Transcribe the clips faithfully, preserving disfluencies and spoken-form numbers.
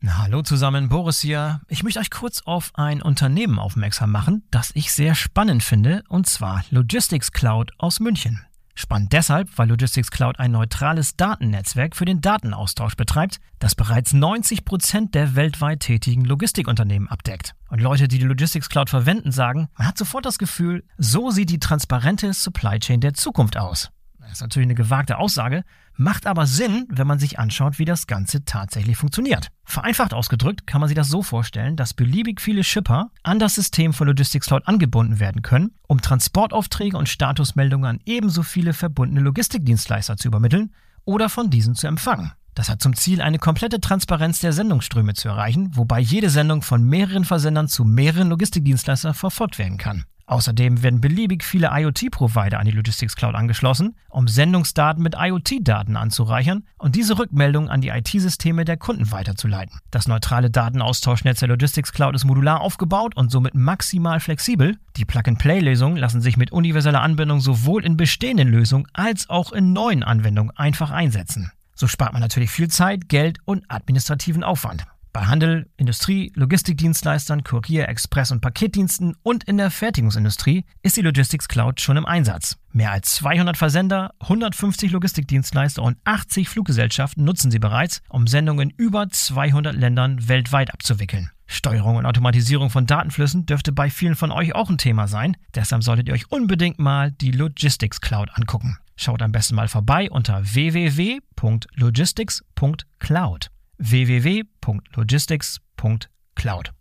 Na, hallo zusammen, Boris hier. Ich möchte euch kurz auf ein Unternehmen aufmerksam machen, das ich sehr spannend finde, und zwar Logistics Cloud aus München. Spannend deshalb, weil Logistics Cloud ein neutrales Datennetzwerk für den Datenaustausch betreibt, das bereits neunzig Prozent der weltweit tätigen Logistikunternehmen abdeckt. Und Leute, die die Logistics Cloud verwenden, sagen, man hat sofort das Gefühl, so sieht die transparente Supply Chain der Zukunft aus. Das ist natürlich eine gewagte Aussage, macht aber Sinn, wenn man sich anschaut, wie das Ganze tatsächlich funktioniert. Vereinfacht ausgedrückt kann man sich das so vorstellen, dass beliebig viele Shipper an das System von Logistics Cloud angebunden werden können, um Transportaufträge und Statusmeldungen an ebenso viele verbundene Logistikdienstleister zu übermitteln oder von diesen zu empfangen. Das hat zum Ziel, eine komplette Transparenz der Sendungsströme zu erreichen, wobei jede Sendung von mehreren Versendern zu mehreren Logistikdienstleistern verfolgt werden kann. Außerdem werden beliebig viele IoT-Provider an die Logistics Cloud angeschlossen, um Sendungsdaten mit IoT-Daten anzureichern und diese Rückmeldungen an die I T-Systeme der Kunden weiterzuleiten. Das neutrale Datenaustauschnetz der Logistics Cloud ist modular aufgebaut und somit maximal flexibel. Die Plug-and-Play-Lösungen lassen sich mit universeller Anbindung sowohl in bestehenden Lösungen als auch in neuen Anwendungen einfach einsetzen. So spart man natürlich viel Zeit, Geld und administrativen Aufwand. Bei Handel, Industrie, Logistikdienstleistern, Kurier-, Express- und Paketdiensten und in der Fertigungsindustrie ist die Logistics Cloud schon im Einsatz. Mehr als zweihundert Versender, hundertfünfzig Logistikdienstleister und achtzig Fluggesellschaften nutzen sie bereits, um Sendungen in über zweihundert Ländern weltweit abzuwickeln. Steuerung und Automatisierung von Datenflüssen dürfte bei vielen von euch auch ein Thema sein, deshalb solltet ihr euch unbedingt mal die Logistics Cloud angucken. Schaut am besten mal vorbei unter w w w punkt logistics punkt cloud. w w w punkt logistics punkt cloud.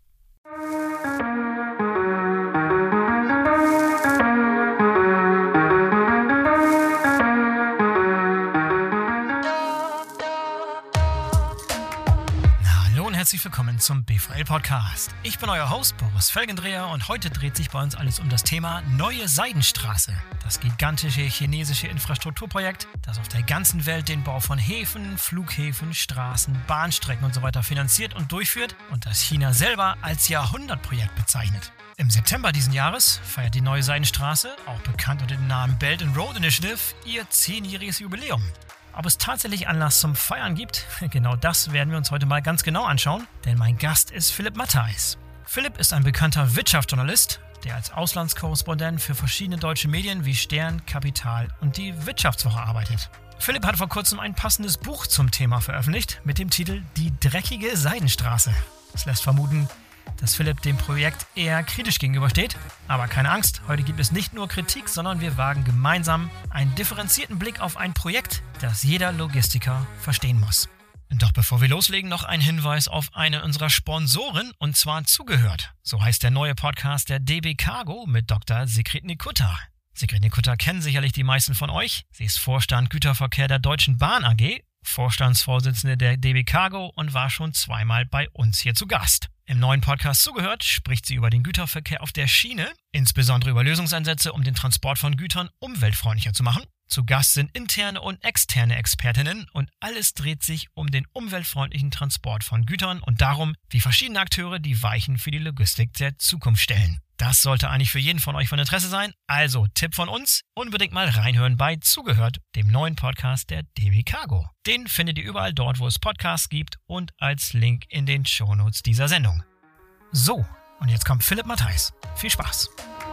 Herzlich willkommen zum B V L-Podcast. Ich bin euer Host Boris Felgendreher und heute dreht sich bei uns alles um das Thema Neue Seidenstraße. Das gigantische chinesische Infrastrukturprojekt, das auf der ganzen Welt den Bau von Häfen, Flughäfen, Straßen, Bahnstrecken und so weiter finanziert und durchführt und das China selber als Jahrhundertprojekt bezeichnet. Im September diesen Jahres feiert die Neue Seidenstraße, auch bekannt unter dem Namen Belt and Road Initiative, ihr zehnjähriges Jubiläum. Ob es tatsächlich Anlass zum Feiern gibt, genau das werden wir uns heute mal ganz genau anschauen, denn mein Gast ist Philipp Mattheis. Philipp ist ein bekannter Wirtschaftsjournalist, der als Auslandskorrespondent für verschiedene deutsche Medien wie Stern, Kapital und die Wirtschaftswoche arbeitet. Philipp hat vor kurzem ein passendes Buch zum Thema veröffentlicht mit dem Titel Die dreckige Seidenstraße. Das lässt vermuten, dass Philipp dem Projekt eher kritisch gegenübersteht. Aber keine Angst, heute gibt es nicht nur Kritik, sondern wir wagen gemeinsam einen differenzierten Blick auf ein Projekt, das jeder Logistiker verstehen muss. Doch bevor wir loslegen, noch ein Hinweis auf eine unserer Sponsoren, und zwar Zugehört. So heißt der neue Podcast der D B Cargo mit Doktor Sigrid Nikutta. Sigrid Nikutta kennen sicherlich die meisten von euch. Sie ist Vorstand Güterverkehr der Deutschen Bahn A G, Vorstandsvorsitzende der D B Cargo und war schon zweimal bei uns hier zu Gast. Im neuen Podcast Zugehört spricht sie über den Güterverkehr auf der Schiene, insbesondere über Lösungsansätze, um den Transport von Gütern umweltfreundlicher zu machen. Zu Gast sind interne und externe Expertinnen und alles dreht sich um den umweltfreundlichen Transport von Gütern und darum, wie verschiedene Akteure die Weichen für die Logistik der Zukunft stellen. Das sollte eigentlich für jeden von euch von Interesse sein. Also Tipp von uns, unbedingt mal reinhören bei Zugehört, dem neuen Podcast der D B Cargo. Den findet ihr überall dort, wo es Podcasts gibt und als Link in den Shownotes dieser Sendung. So, und jetzt kommt Philipp Mattheis. Viel Spaß!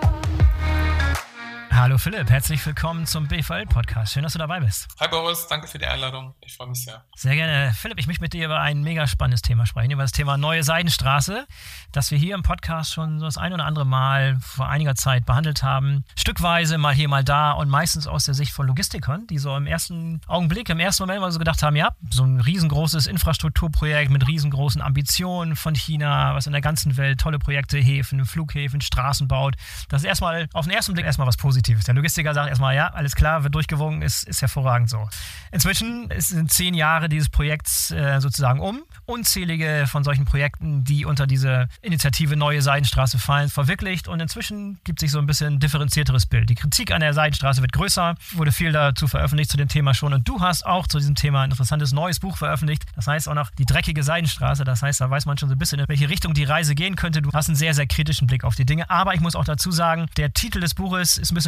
Hallo Philipp, herzlich willkommen zum B V L-Podcast. Schön, dass du dabei bist. Hi Boris, danke für die Einladung. Ich freue mich sehr. Sehr gerne. Philipp, ich möchte mit dir über ein mega spannendes Thema sprechen, über das Thema Neue Seidenstraße, das wir hier im Podcast schon so das ein oder andere Mal vor einiger Zeit behandelt haben. Stückweise, mal hier, mal da und meistens aus der Sicht von Logistikern, die so im ersten Augenblick, im ersten Moment mal so gedacht haben, ja, so ein riesengroßes Infrastrukturprojekt mit riesengroßen Ambitionen von China, was in der ganzen Welt tolle Projekte, Häfen, Flughäfen, Straßen baut. Das ist erstmal auf den ersten Blick erstmal was Positives. Der Logistiker sagt erstmal, ja, alles klar, wird durchgewogen, ist, ist hervorragend so. Inzwischen sind zehn Jahre dieses Projekts äh, sozusagen um. Unzählige von solchen Projekten, die unter diese Initiative Neue Seidenstraße fallen, verwirklicht. Und inzwischen gibt sich so ein bisschen differenzierteres Bild. Die Kritik an der Seidenstraße wird größer, wurde viel dazu veröffentlicht zu dem Thema schon. Und du hast auch zu diesem Thema ein interessantes neues Buch veröffentlicht. Das heißt auch noch Die dreckige Seidenstraße. Das heißt, da weiß man schon so ein bisschen, in welche Richtung die Reise gehen könnte. Du hast einen sehr, sehr kritischen Blick auf die Dinge. Aber ich muss auch dazu sagen, der Titel des Buches ist ein bisschen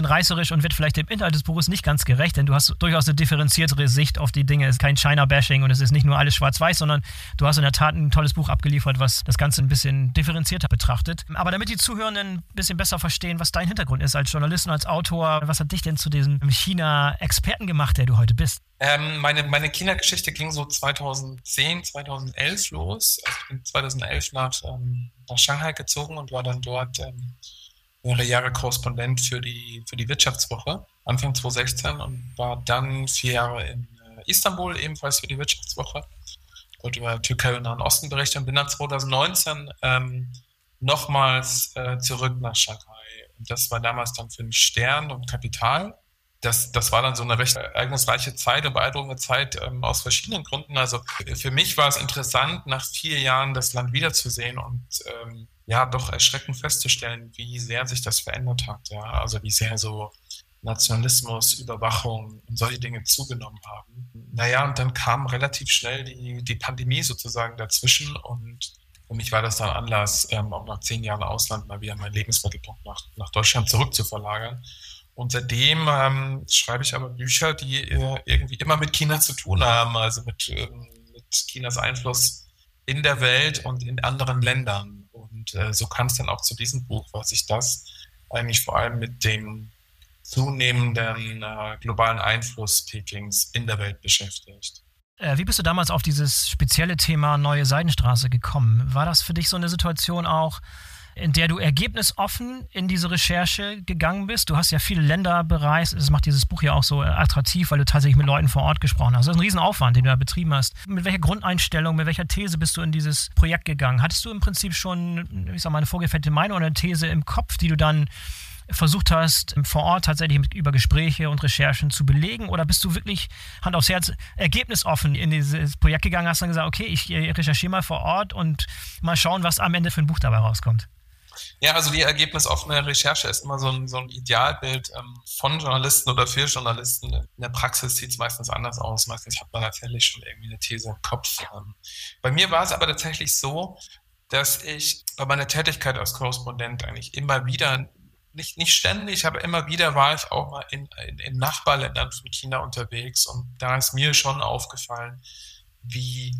reißerisch und wird vielleicht dem Inhalt des Buches nicht ganz gerecht, denn du hast durchaus eine differenziertere Sicht auf die Dinge. Es ist kein China-Bashing und es ist nicht nur alles schwarz-weiß, sondern du hast in der Tat ein tolles Buch abgeliefert, was das Ganze ein bisschen differenzierter betrachtet. Aber damit die Zuhörenden ein bisschen besser verstehen, was dein Hintergrund ist als Journalist und als Autor, was hat dich denn zu diesem China-Experten gemacht, der du heute bist? Ähm, meine, meine China-Geschichte ging so zweitausendzehn, zweitausendelf los. Also ich bin zweitausendelf nach, ähm, nach Shanghai gezogen und war dann dort ähm, mehrere Jahre Korrespondent für die, für die Wirtschaftswoche, Anfang zweitausendsechzehn, und war dann vier Jahre in äh, Istanbul, ebenfalls für die Wirtschaftswoche, dort über Türkei und Nahen Osten berichtet und bin dann zweitausendneunzehn ähm, nochmals äh, zurück nach Shanghai. Und das war damals dann für den Stern und Kapital. Das, das war dann so eine recht ereignisreiche Zeit und beeindruckende Zeit ähm, aus verschiedenen Gründen. Also für mich war es interessant, nach vier Jahren das Land wiederzusehen und ähm, ja, doch erschreckend festzustellen, wie sehr sich das verändert hat. Ja, also wie sehr so Nationalismus, Überwachung und solche Dinge zugenommen haben. Naja, und dann kam relativ schnell die, die Pandemie sozusagen dazwischen und für mich war das dann Anlass, ähm, auch nach zehn Jahren Ausland mal wieder meinen Lebensmittelpunkt nach, nach Deutschland zurückzuverlagern. Und seitdem ähm, schreibe ich aber Bücher, die äh, irgendwie immer mit China zu tun haben, also mit, ähm, mit Chinas Einfluss in der Welt und in anderen Ländern. Und äh, so kam es dann auch zu diesem Buch, weil sich das eigentlich vor allem mit dem zunehmenden äh, globalen Einfluss Pekings in der Welt beschäftigt. Äh, wie bist du damals auf dieses spezielle Thema Neue Seidenstraße gekommen? War das für dich so eine Situation auch, in der du ergebnisoffen in diese Recherche gegangen bist? Du hast ja viele Länder bereist. Das macht dieses Buch ja auch so attraktiv, weil du tatsächlich mit Leuten vor Ort gesprochen hast. Das ist ein Riesenaufwand, den du da betrieben hast. Mit welcher Grundeinstellung, mit welcher These bist du in dieses Projekt gegangen? Hattest du im Prinzip schon, ich sag mal, eine vorgefertigte Meinung oder eine These im Kopf, die du dann versucht hast, vor Ort tatsächlich mit, über Gespräche und Recherchen zu belegen? Oder bist du wirklich Hand aufs Herz ergebnisoffen in dieses Projekt gegangen, hast dann gesagt, okay, ich recherchiere mal vor Ort und mal schauen, was am Ende für ein Buch dabei rauskommt? Ja, also die ergebnisoffene Recherche ist immer so ein, so ein Idealbild ähm, von Journalisten oder für Journalisten. In der Praxis sieht es meistens anders aus. Meistens hat man tatsächlich schon irgendwie eine These im Kopf. Ähm, bei mir war es aber tatsächlich so, dass ich bei meiner Tätigkeit als Korrespondent eigentlich immer wieder, nicht, nicht ständig, aber immer wieder war ich auch mal in, in, in Nachbarländern von China unterwegs. Und da ist mir schon aufgefallen, wie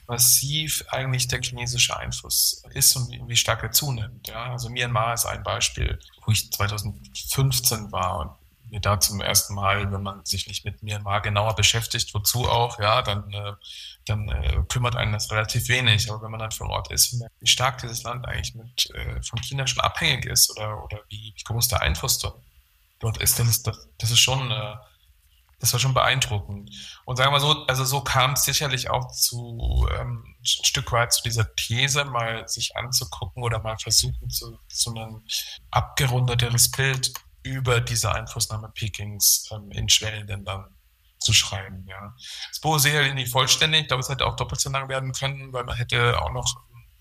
massiv eigentlich der chinesische Einfluss ist und wie, wie stark er zunimmt. Ja, also Myanmar ist ein Beispiel, wo ich zweitausendfünfzehn war und mir da zum ersten Mal, wenn man sich nicht mit Myanmar genauer beschäftigt, wozu auch, ja, dann, äh, dann äh, kümmert einen das relativ wenig. Aber wenn man dann vor Ort ist und merkt, wie stark dieses Land eigentlich mit, äh, von China schon abhängig ist oder, oder wie, wie groß der Einfluss dort, dort ist, dann ist das, das ist schon äh, Das war schon beeindruckend. Und sagen wir mal so, also so kam es sicherlich auch zu ähm, ein Stück weit zu dieser These, mal sich anzugucken oder mal versuchen, zu, zu einem abgerundeteres Bild über diese Einflussnahme Pekings ähm, in Schwellenländern zu schreiben. Ja. Das Buch ist sicherlich nicht vollständig, ich glaube, es hätte auch doppelt so lang werden können, weil man hätte auch noch,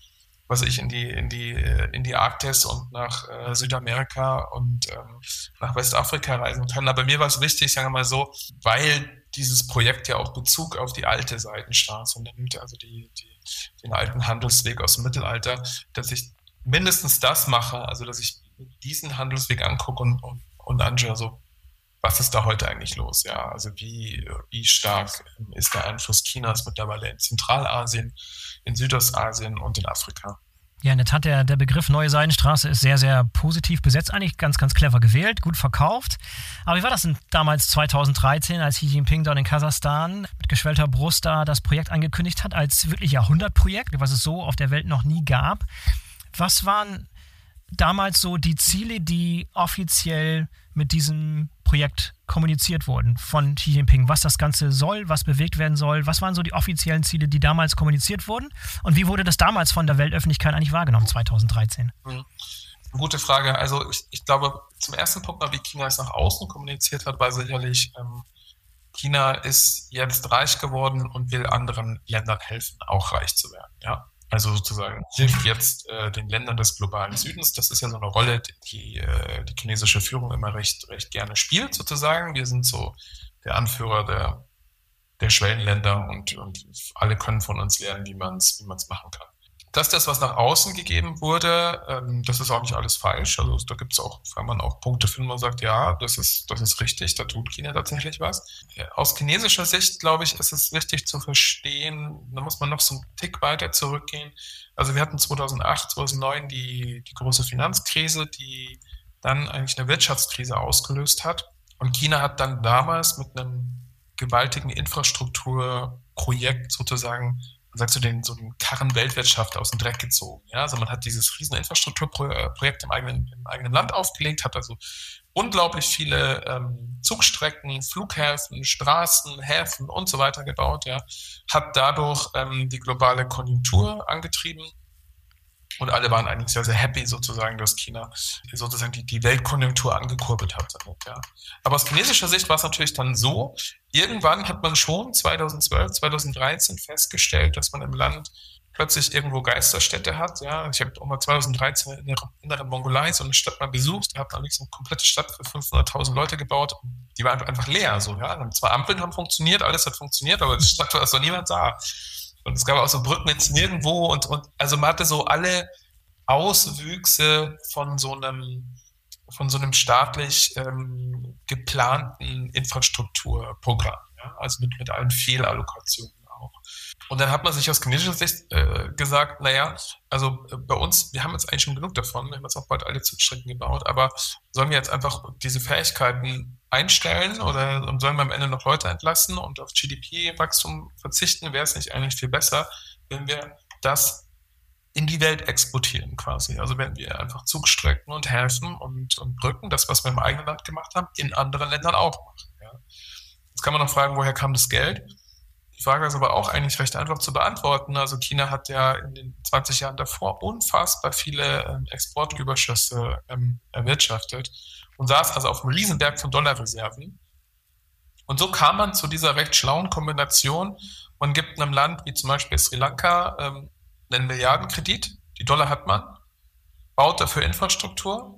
was ich in die in die in die Arktis und nach äh, Südamerika und ähm, nach Westafrika reisen kann. Aber mir war es wichtig, sagen wir mal so, weil dieses Projekt ja auch Bezug auf die alte Seidenstraße nimmt, also die, die den alten Handelsweg aus dem Mittelalter, dass ich mindestens das mache, also dass ich diesen Handelsweg angucke und und, und anschaue, so was ist da heute eigentlich los? Ja, also wie wie stark ist der Einfluss Chinas mittlerweile in Zentralasien, in Südostasien und in Afrika? Ja, in der Tat, der, der Begriff Neue Seidenstraße ist sehr, sehr positiv besetzt. Eigentlich ganz, ganz clever gewählt, gut verkauft. Aber wie war das denn damals zweitausenddreizehn, als Xi Jinping dort in Kasachstan mit geschwellter Brust da das Projekt angekündigt hat, als wirklich Jahrhundertprojekt, was es so auf der Welt noch nie gab? Was waren damals so die Ziele, die offiziell mit diesem Projekt kommuniziert wurden von Xi Jinping? Was das Ganze soll, was bewegt werden soll? Was waren so die offiziellen Ziele, die damals kommuniziert wurden? Und wie wurde das damals von der Weltöffentlichkeit eigentlich wahrgenommen, zweitausenddreizehn? Mhm. Gute Frage. Also ich, ich glaube, zum ersten Punkt mal, wie China es nach außen kommuniziert hat, war sicherlich, ähm, China ist jetzt reich geworden und will anderen Ländern helfen, auch reich zu werden. Ja. Also sozusagen hilft jetzt äh, den Ländern des globalen Südens. Das ist ja so eine Rolle, die äh, die chinesische Führung immer recht recht gerne spielt, sozusagen. Wir sind so der Anführer der der Schwellenländer und, und alle können von uns lernen, wie man es wie man es machen kann. dass das, was nach außen gegeben wurde, ähm, das ist auch nicht alles falsch. Also da gibt es auch, kann man auch Punkte finden, wo man sagt, ja, das ist, das ist richtig, da tut China tatsächlich was. Aus chinesischer Sicht, glaube ich, ist es wichtig zu verstehen, da muss man noch so einen Tick weiter zurückgehen. Also wir hatten zweitausendacht, zweitausendneun die, die große Finanzkrise, die dann eigentlich eine Wirtschaftskrise ausgelöst hat. Und China hat dann damals mit einem gewaltigen Infrastrukturprojekt sozusagen, man sagt so den, so den Karren Weltwirtschaft aus dem Dreck gezogen. Ja? Also man hat dieses riesen Infrastrukturprojekt im eigenen, im eigenen Land aufgelegt, hat also unglaublich viele ähm, Zugstrecken, Flughäfen, Straßen, Häfen und so weiter gebaut, ja, hat dadurch ähm, die globale Konjunktur angetrieben. Und alle waren eigentlich sehr, sehr happy sozusagen, dass China sozusagen die, die Weltkonjunktur angekurbelt hat. Ja. Aber aus chinesischer Sicht war es natürlich dann so, irgendwann hat man schon zweitausendzwölf, zweitausenddreizehn festgestellt, dass man im Land plötzlich irgendwo Geisterstädte hat. Ja. Ich habe auch mal zweitausenddreizehn in der inneren Mongolei so eine Stadt mal besucht, da hat man so eine komplette Stadt für fünfhunderttausend Leute gebaut. Die war einfach leer. So, ja. Zwei Ampeln haben funktioniert, alles hat funktioniert, aber die Stadt war so niemand da. Und es gab auch so Brücken ins Nirgendwo und, und also man hatte so alle Auswüchse von so einem, von so einem staatlich ähm, geplanten Infrastrukturprogramm, ja? Also mit, mit allen Fehlallokationen auch. Und dann hat man sich aus chinesischer Sicht äh, gesagt, naja, also äh, bei uns, wir haben jetzt eigentlich schon genug davon, wir haben jetzt auch bald alle Zugstrecken gebaut, aber sollen wir jetzt einfach diese Fähigkeiten einstellen oder sollen wir am Ende noch Leute entlassen und auf G D P-Wachstum verzichten? Wäre es nicht eigentlich viel besser, wenn wir das in die Welt exportieren quasi? Also wenn wir einfach Zugstrecken und Häfen und, und Brücken, das, was wir im eigenen Land gemacht haben, in anderen Ländern auch machen. Ja. Jetzt kann man noch fragen, woher kam das Geld? Die Frage ist aber auch eigentlich recht einfach zu beantworten. Also China hat ja in den zwanzig Jahren davor unfassbar viele ähm, Exportüberschüsse ähm, erwirtschaftet und saß also auf einem Riesenberg von Dollarreserven. Und so kam man zu dieser recht schlauen Kombination. Man gibt einem Land wie zum Beispiel Sri Lanka ähm, einen Milliardenkredit, die Dollar hat man, baut dafür Infrastruktur.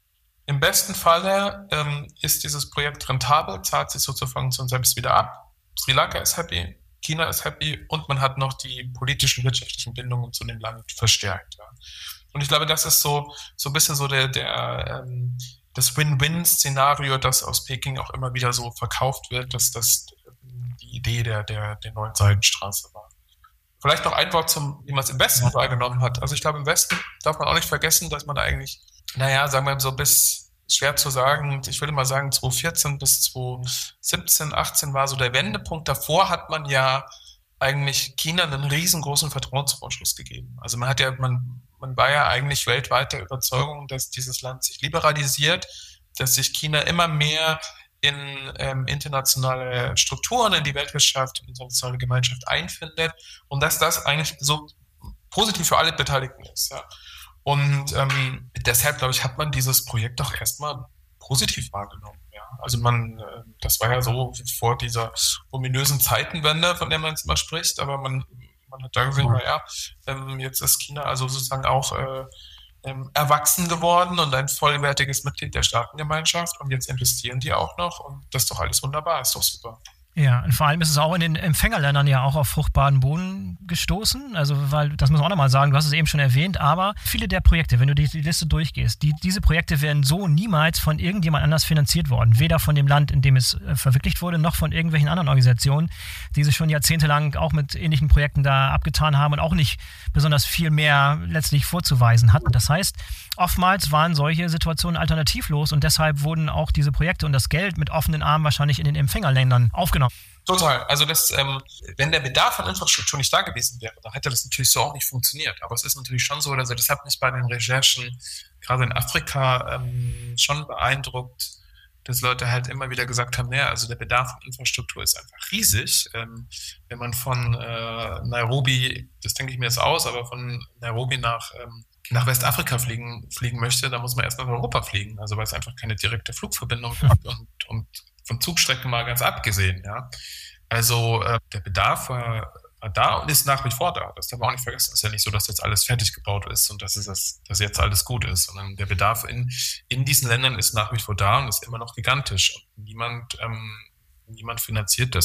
Im besten Falle ähm, ist dieses Projekt rentabel, zahlt sich sozusagen selbst wieder ab. Sri Lanka ist happy, China ist happy und man hat noch die politischen, wirtschaftlichen Bindungen zu dem Land verstärkt. Ja. Und ich glaube, das ist so, so ein bisschen so der, der ähm, das Win-Win-Szenario, das aus Peking auch immer wieder so verkauft wird, dass das die Idee der, der, der neuen Seidenstraße war. Vielleicht noch ein Wort zum, wie man es im Westen wahrgenommen hat. Also ich glaube, im Westen darf man auch nicht vergessen, dass man eigentlich, naja, sagen wir mal so bis, schwer zu sagen, ich würde mal sagen zweitausendvierzehn bis zweitausendsiebzehn, achtzehn war so der Wendepunkt. Davor hat man ja eigentlich China einen riesengroßen Vertrauensvorschuss gegeben. Also man hat ja, man, man war ja eigentlich weltweit der Überzeugung, dass dieses Land sich liberalisiert, dass sich China immer mehr in ähm, internationale Strukturen, in die Weltwirtschaft, in die internationale Gemeinschaft einfindet und dass das eigentlich so positiv für alle Beteiligten ist. Ja. Und ähm, deshalb, glaube ich, hat man dieses Projekt doch erstmal positiv wahrgenommen. Ja. Also man, äh, das war ja so vor dieser ominösen Zeitenwende, von der man jetzt immer spricht, aber man, man hat da gesehen, naja, ähm, jetzt ist China also sozusagen auch äh, ähm, erwachsen geworden und ein vollwertiges Mitglied der Staatengemeinschaft und jetzt investieren die auch noch und das ist doch alles wunderbar, ist doch super. Ja, und vor allem ist es auch in den Empfängerländern ja auch auf fruchtbaren Boden gestoßen. Also, weil, das muss man auch nochmal sagen, du hast es eben schon erwähnt, aber viele der Projekte, wenn du die, die Liste durchgehst, die, diese Projekte wären so niemals von irgendjemand anders finanziert worden. Weder von dem Land, in dem es äh, verwirklicht wurde, noch von irgendwelchen anderen Organisationen, die sich schon jahrzehntelang auch mit ähnlichen Projekten da abgetan haben und auch nicht besonders viel mehr letztlich vorzuweisen hatten. Das heißt, oftmals waren solche Situationen alternativlos und deshalb wurden auch diese Projekte und das Geld mit offenen Armen wahrscheinlich in den Empfängerländern aufgenommen. Total. Also das, ähm, wenn der Bedarf an Infrastruktur nicht da gewesen wäre, dann hätte das natürlich so auch nicht funktioniert. Aber es ist natürlich schon so, also das hat mich bei den Recherchen gerade in Afrika ähm, schon beeindruckt, dass Leute halt immer wieder gesagt haben, naja, also der Bedarf an Infrastruktur ist einfach riesig. Ähm, wenn man von äh, Nairobi, das denke ich mir jetzt aus, aber von Nairobi nach ähm, nach Westafrika fliegen, fliegen möchte, dann muss man erstmal nach Europa fliegen, also weil es einfach keine direkte Flugverbindung gibt und, und von Zugstrecken mal ganz abgesehen, ja. Also äh, der Bedarf war, war da und ist nach wie vor da. Das darf man auch nicht vergessen. Es ist ja nicht so, dass jetzt alles fertig gebaut ist und dass, es das, dass jetzt alles gut ist, sondern der Bedarf in, in diesen Ländern ist nach wie vor da und ist immer noch gigantisch. Und niemand, ähm, niemand finanziert das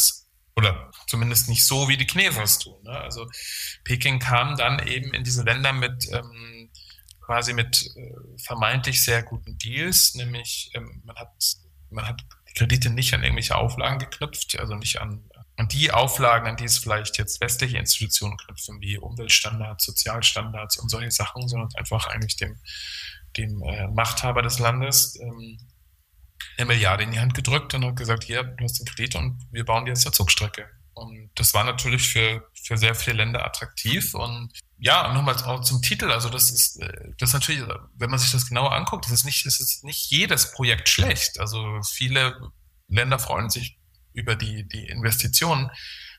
Oder zumindest nicht so, wie die Chinesen es tun. Ne? Also Peking kam dann eben in diese Länder mit ähm, quasi mit äh, vermeintlich sehr guten Deals, nämlich ähm, man hat man hat die Kredite nicht an irgendwelche Auflagen geknüpft, also nicht an, an die Auflagen, an die es vielleicht jetzt westliche Institutionen knüpfen, wie Umweltstandards, Sozialstandards und solche Sachen, sondern einfach eigentlich dem, dem äh, Machthaber des Landes ähm, eine Milliarde in die Hand gedrückt und hat gesagt, hier, du hast den Kredit und wir bauen dir jetzt eine Zugstrecke. Und das war natürlich für, für sehr viele Länder attraktiv. Und ja, nochmals auch zum Titel. Also das ist, das ist natürlich, wenn man sich das genauer anguckt, das ist nicht, das ist nicht jedes Projekt schlecht. Also viele Länder freuen sich über die, die Investitionen.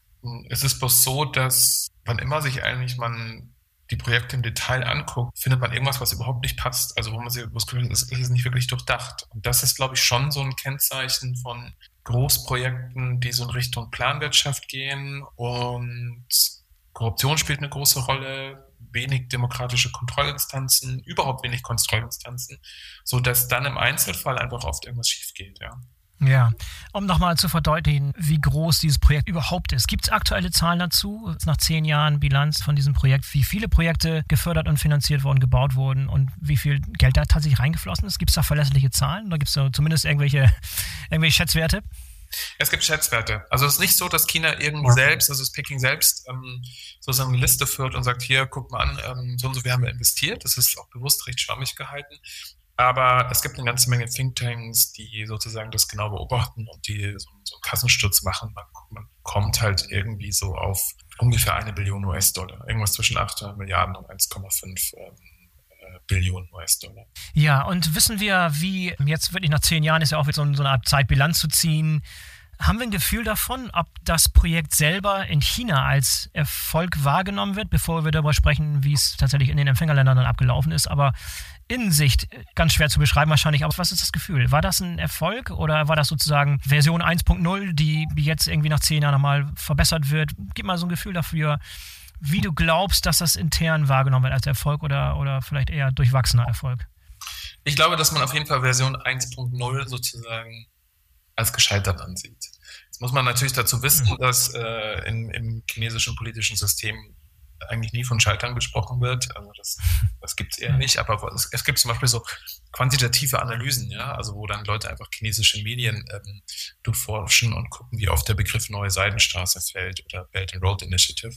Es ist bloß so, dass wann immer sich eigentlich man die Projekte im Detail anguckt, findet man irgendwas, was überhaupt nicht passt. Also wo man sich das Gefühl hat, es ist nicht wirklich durchdacht. Und das ist, glaube ich, schon so ein Kennzeichen von Großprojekten, die so in Richtung Planwirtschaft gehen, und Korruption spielt eine große Rolle, wenig demokratische Kontrollinstanzen, überhaupt wenig Kontrollinstanzen, so dass dann im Einzelfall einfach oft irgendwas schief geht, ja. Ja, um nochmal zu verdeutlichen, wie groß dieses Projekt überhaupt ist. Gibt es aktuelle Zahlen dazu, nach zehn Jahren Bilanz von diesem Projekt, wie viele Projekte gefördert und finanziert wurden, gebaut wurden und wie viel Geld da tatsächlich reingeflossen ist? Gibt es da verlässliche Zahlen oder gibt es da zumindest irgendwelche, irgendwelche Schätzwerte? Es gibt Schätzwerte. Also es ist nicht so, dass China irgendwie ja. selbst, also das Peking selbst, ähm, sozusagen eine Liste führt und sagt, hier, guck mal an, ähm, so und so, wir haben investiert. Das ist auch bewusst recht schwammig gehalten. Aber es gibt eine ganze Menge Thinktanks, die sozusagen das genau beobachten und die so, so einen Kassensturz machen. Man, man kommt halt irgendwie so auf ungefähr eine Billion U S-Dollar. Irgendwas zwischen achthundert Milliarden und eins Komma fünf ähm, äh, Billionen U S-Dollar. Ja, und wissen wir, wie jetzt wirklich nach zehn Jahren ist ja auch wieder so, so eine Art Zeitbilanz zu ziehen. Haben wir ein Gefühl davon, ob das Projekt selber in China als Erfolg wahrgenommen wird, bevor wir darüber sprechen, wie es tatsächlich in den Empfängerländern dann abgelaufen ist? Aber Innensicht ganz schwer zu beschreiben wahrscheinlich. Aber was ist das Gefühl? War das ein Erfolg oder war das sozusagen Version eins Punkt null, die jetzt irgendwie nach zehn Jahren nochmal verbessert wird? Gib mal so ein Gefühl dafür, wie du glaubst, dass das intern wahrgenommen wird als Erfolg oder, oder vielleicht eher durchwachsener Erfolg. Ich glaube, dass man auf jeden Fall Version eins Punkt null sozusagen als gescheitert ansieht. Jetzt muss man natürlich dazu wissen, dass äh, in, im chinesischen politischen System eigentlich nie von Scheitern gesprochen wird. Also das, das gibt es eher nicht, aber es, es gibt zum Beispiel so quantitative Analysen, ja, also wo dann Leute einfach chinesische Medien ähm, durchforschen und gucken, wie oft der Begriff Neue Seidenstraße fällt oder Belt and Road Initiative.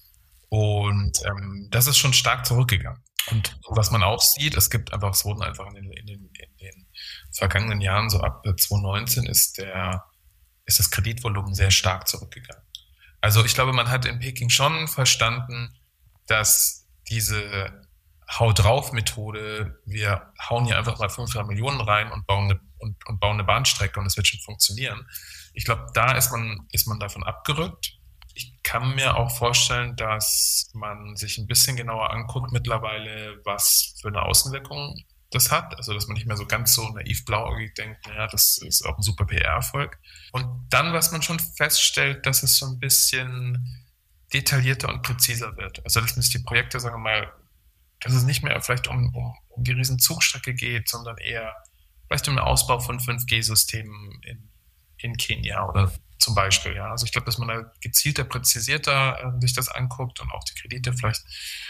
Und ähm, das ist schon stark zurückgegangen. Und was man auch sieht, es gibt einfach, es wurden einfach in den, in den, in den vergangenen Jahren, so ab zwanzig neunzehn, ist der, ist das Kreditvolumen sehr stark zurückgegangen. Also ich glaube, man hat in Peking schon verstanden, dass diese Hau-drauf-Methode, wir hauen hier einfach mal fünfhundert Millionen rein und bauen eine, und, und bauen eine Bahnstrecke und es wird schon funktionieren. Ich glaube, da ist man, ist man davon abgerückt. Ich kann mir auch vorstellen, dass man sich ein bisschen genauer anguckt mittlerweile, was für eine Außenwirkung das hat. Also, dass man nicht mehr so ganz so naiv blauäugig denkt, naja, das ist auch ein super P R-Erfolg. Und dann, was man schon feststellt, dass es so ein bisschen detaillierter und präziser wird. Also, dass nicht die Projekte, sagen wir mal, dass es nicht mehr vielleicht um, um, um die riesen Zugstrecke geht, sondern eher vielleicht um den Ausbau von fünf G-Systemen in, in Kenia oder zum Beispiel. Ja. Also ich glaube, dass man da gezielter, präzisierter äh, sich das anguckt und auch die Kredite vielleicht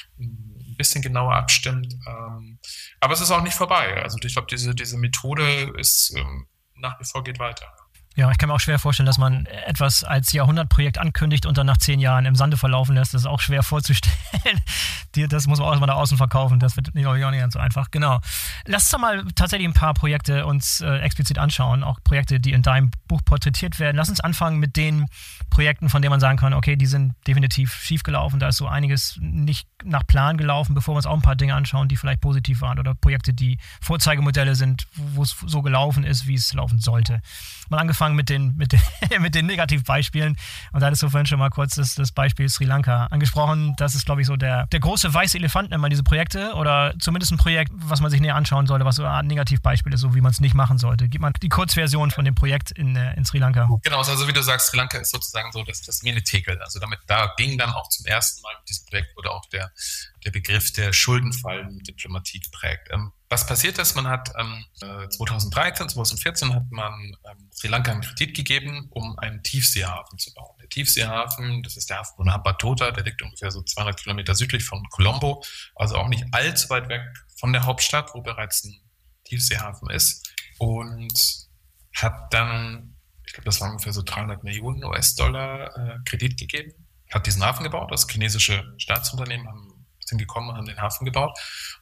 ein bisschen genauer abstimmt. Ähm, aber es ist auch nicht vorbei. Also ich glaube, diese, diese Methode ist ähm, nach wie vor geht weiter. Ja, ich kann mir auch schwer vorstellen, dass man etwas als Jahrhundertprojekt ankündigt und dann nach zehn Jahren im Sande verlaufen lässt. Das ist auch schwer vorzustellen. Das muss man auch erstmal nach außen verkaufen. Das wird, glaube ich, auch nicht ganz so einfach. Genau. Lass uns doch mal tatsächlich ein paar Projekte uns äh, explizit anschauen. Auch Projekte, die in deinem Buch porträtiert werden. Lass uns anfangen mit den Projekten, von denen man sagen kann, okay, die sind definitiv schief gelaufen. Da ist so einiges nicht nach Plan gelaufen, bevor wir uns auch ein paar Dinge anschauen, die vielleicht positiv waren. Oder Projekte, die Vorzeigemodelle sind, wo es so gelaufen ist, wie es laufen sollte. Mal angefangen mit den, mit den, mit den Negativbeispielen. Und da hattest du vorhin schon mal kurz das, das Beispiel Sri Lanka angesprochen. Das ist, glaube ich, so der, der große weiße Elefant, nennt man diese Projekte. Oder zumindest ein Projekt, was man sich näher anschauen sollte, was so eine Art Negativbeispiel ist, so wie man es nicht machen sollte. Gib mal die Kurzversion von dem Projekt in, in Sri Lanka. Genau, also wie du sagst, Sri Lanka ist sozusagen so das, das Mini-Tegel. Also damit, da ging dann auch zum ersten Mal mit diesem Projekt wurde auch der, der Begriff der Schuldenfallen-Diplomatie geprägt. Ähm, Was passiert ist, man hat ähm, zweitausenddreizehn, zweitausendvierzehn hat man ähm, Sri Lanka einen Kredit gegeben, um einen Tiefseehafen zu bauen. Der Tiefseehafen, das ist der Hafen von Hambantota, der liegt ungefähr so zweihundert Kilometer südlich von Colombo, also auch nicht allzu weit weg von der Hauptstadt, wo bereits ein Tiefseehafen ist, und hat dann, ich glaube, das waren ungefähr so dreihundert Millionen U S-Dollar äh, Kredit gegeben, hat diesen Hafen gebaut. Das chinesische Staatsunternehmen haben, sind gekommen und haben den Hafen gebaut.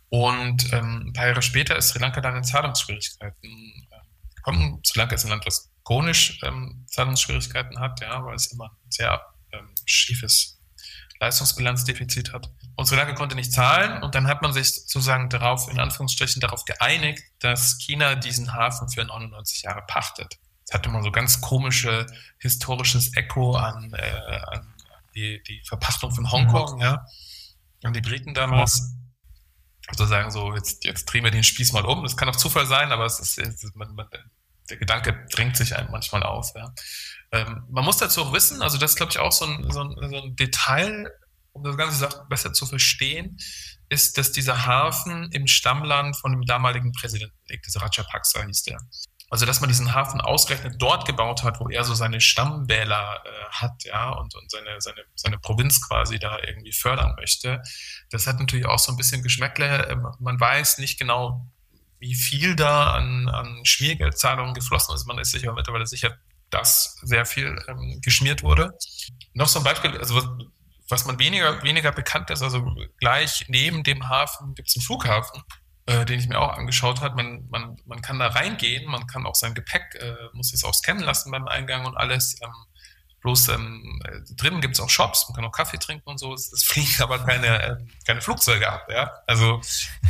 Und ähm, ein paar Jahre später ist Sri Lanka dann in Zahlungsschwierigkeiten äh, gekommen. Sri Lanka ist ein Land, das chronisch ähm, Zahlungsschwierigkeiten hat, ja, weil es immer ein sehr ähm, schiefes Leistungsbilanzdefizit hat. Und Sri Lanka konnte nicht zahlen, und dann hat man sich sozusagen darauf, in Anführungsstrichen, darauf geeinigt, dass China diesen Hafen für neunundneunzig Jahre pachtet. Das hatte man so ganz komische historisches Echo an, äh, an die, die Verpachtung von Hongkong, ja, an die Briten damals. Sozusagen so, jetzt, jetzt drehen wir den Spieß mal um. Das kann auch Zufall sein, aber es ist, es ist man, man, der Gedanke drängt sich einem manchmal auf. Ja. Ähm, man muss dazu auch wissen, also das ist, glaube ich, auch so ein, so, ein, so ein Detail, um das ganze Sache besser zu verstehen, ist, dass dieser Hafen im Stammland von dem damaligen Präsidenten liegt, dieser Rajapaksa hieß der. Also, dass man diesen Hafen ausgerechnet dort gebaut hat, wo er so seine Stammwähler äh, hat, ja, und, und seine, seine, seine Provinz quasi da irgendwie fördern möchte. Das hat natürlich auch so ein bisschen Geschmäckle. Man weiß nicht genau, wie viel da an, an Schmiergeldzahlungen geflossen ist. Man ist sicher mittlerweile sicher, dass sehr viel ähm, geschmiert wurde. Noch so ein Beispiel, also was, was man weniger, weniger bekannt ist, also gleich neben dem Hafen gibt es einen Flughafen, äh, den ich mir auch angeschaut habe. Man, man, man kann da reingehen, man kann auch sein Gepäck, äh, muss es auch scannen lassen beim Eingang und alles. Ähm, bloß ähm, drinnen gibt es auch Shops, man kann auch Kaffee trinken und so. Es, es fliegen aber keine, äh, keine Flugzeuge ab. Ja? Also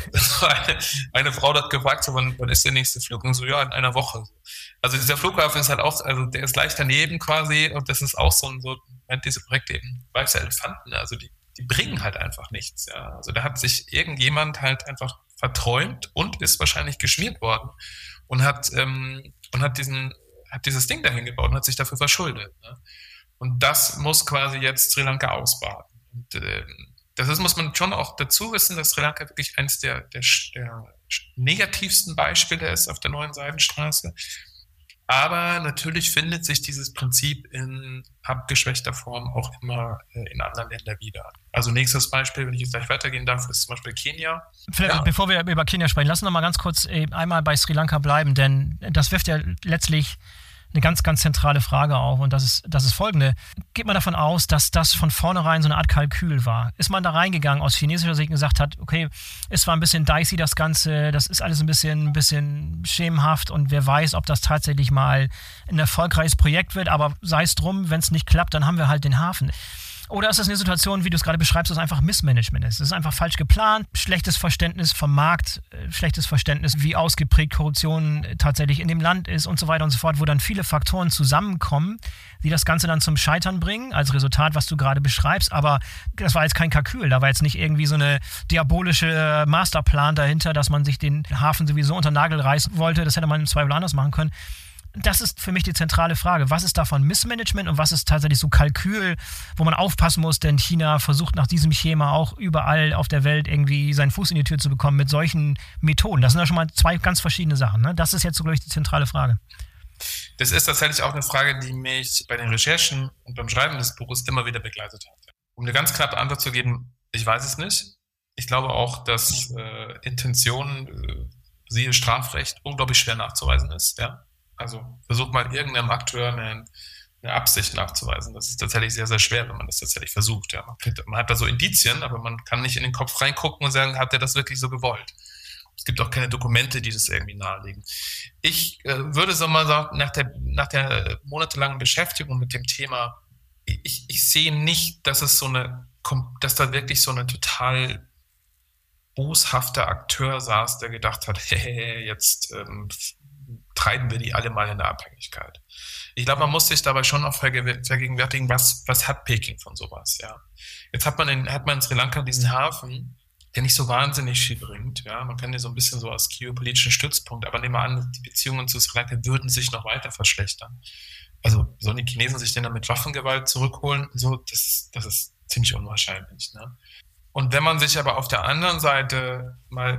eine, eine Frau hat gefragt, so, wann, wann ist der nächste Flug? Und so, ja, in einer Woche. Also dieser Flughafen ist halt auch, also der ist gleich daneben quasi, und das ist auch so ein, so, diese Projekte eben, weiße Elefanten, also die, die bringen halt einfach nichts. Ja? Also da hat sich irgendjemand halt einfach verträumt und ist wahrscheinlich geschmiert worden und hat, ähm, und hat diesen, hat dieses Ding dahin gebaut und hat sich dafür verschuldet. Ne? Und das muss quasi jetzt Sri Lanka ausbaden. Und, äh, das ist, muss man schon auch dazu wissen, dass Sri Lanka wirklich eines der, der, der negativsten Beispiele ist auf der neuen Seidenstraße. Aber natürlich findet sich dieses Prinzip in abgeschwächter Form auch immer in anderen Ländern wieder. Also nächstes Beispiel, wenn ich jetzt gleich weitergehen darf, ist zum Beispiel Kenia. Ja. Bevor wir über Kenia sprechen, lass uns noch mal ganz kurz einmal bei Sri Lanka bleiben, denn das wirft ja letztlich eine ganz, ganz zentrale Frage auf, und das ist, das ist folgende. Geht man davon aus, dass das von vornherein so eine Art Kalkül war? Ist man da reingegangen aus chinesischer Sicht und gesagt hat, okay, es war ein bisschen dicey das Ganze, das ist alles ein bisschen, ein bisschen schemenhaft, und wer weiß, ob das tatsächlich mal ein erfolgreiches Projekt wird, aber sei es drum, wenn es nicht klappt, dann haben wir halt den Hafen. Oder ist das eine Situation, wie du es gerade beschreibst, dass einfach Missmanagement ist? Es ist einfach falsch geplant, schlechtes Verständnis vom Markt, schlechtes Verständnis, wie ausgeprägt Korruption tatsächlich in dem Land ist und so weiter und so fort, wo dann viele Faktoren zusammenkommen, die das Ganze dann zum Scheitern bringen, als Resultat, was du gerade beschreibst. Aber das war jetzt kein Kalkül, da war jetzt nicht irgendwie so eine diabolische Masterplan dahinter, dass man sich den Hafen sowieso unter den Nagel reißen wollte. Das hätte man im Zweifel anders machen können. Das ist für mich die zentrale Frage. Was ist davon Missmanagement und was ist tatsächlich so Kalkül, wo man aufpassen muss, denn China versucht nach diesem Schema auch überall auf der Welt irgendwie seinen Fuß in die Tür zu bekommen mit solchen Methoden. Das sind ja schon mal zwei ganz verschiedene Sachen. Ne? Das ist jetzt so, glaube ich, die zentrale Frage. Das ist tatsächlich auch eine Frage, die mich bei den Recherchen und beim Schreiben des Buches immer wieder begleitet hat. Um eine ganz knappe Antwort zu geben, ich weiß es nicht. Ich glaube auch, dass äh, Intention, äh, siehe Strafrecht, unglaublich schwer nachzuweisen ist, ja. Also versucht mal irgendeinem Akteur eine, eine Absicht nachzuweisen. Das ist tatsächlich sehr, sehr schwer, wenn man das tatsächlich versucht. Ja, man, kriegt, man hat da so Indizien, aber man kann nicht in den Kopf reingucken und sagen, hat er das wirklich so gewollt? Es gibt auch keine Dokumente, die das irgendwie nahelegen. Ich äh, würde so mal sagen, nach der, nach der monatelangen Beschäftigung mit dem Thema, ich, ich sehe nicht, dass es so eine, dass da wirklich so eine total boshafter Akteur saß, der gedacht hat, hey, jetzt ähm, treiben wir die alle mal in eine Abhängigkeit. Ich glaube, man muss sich dabei schon auch vergegenwärtigen, was, was hat Peking von sowas, ja. Jetzt hat man in, hat man in Sri Lanka diesen Hafen, der nicht so wahnsinnig viel bringt, ja. Man kann ja so ein bisschen so als geopolitischen Stützpunkt, aber nehmen wir an, die Beziehungen zu Sri Lanka würden sich noch weiter verschlechtern. Also, sollen die Chinesen sich denn dann mit Waffengewalt zurückholen? So, das, das ist ziemlich unwahrscheinlich, ne. Und wenn man sich aber auf der anderen Seite mal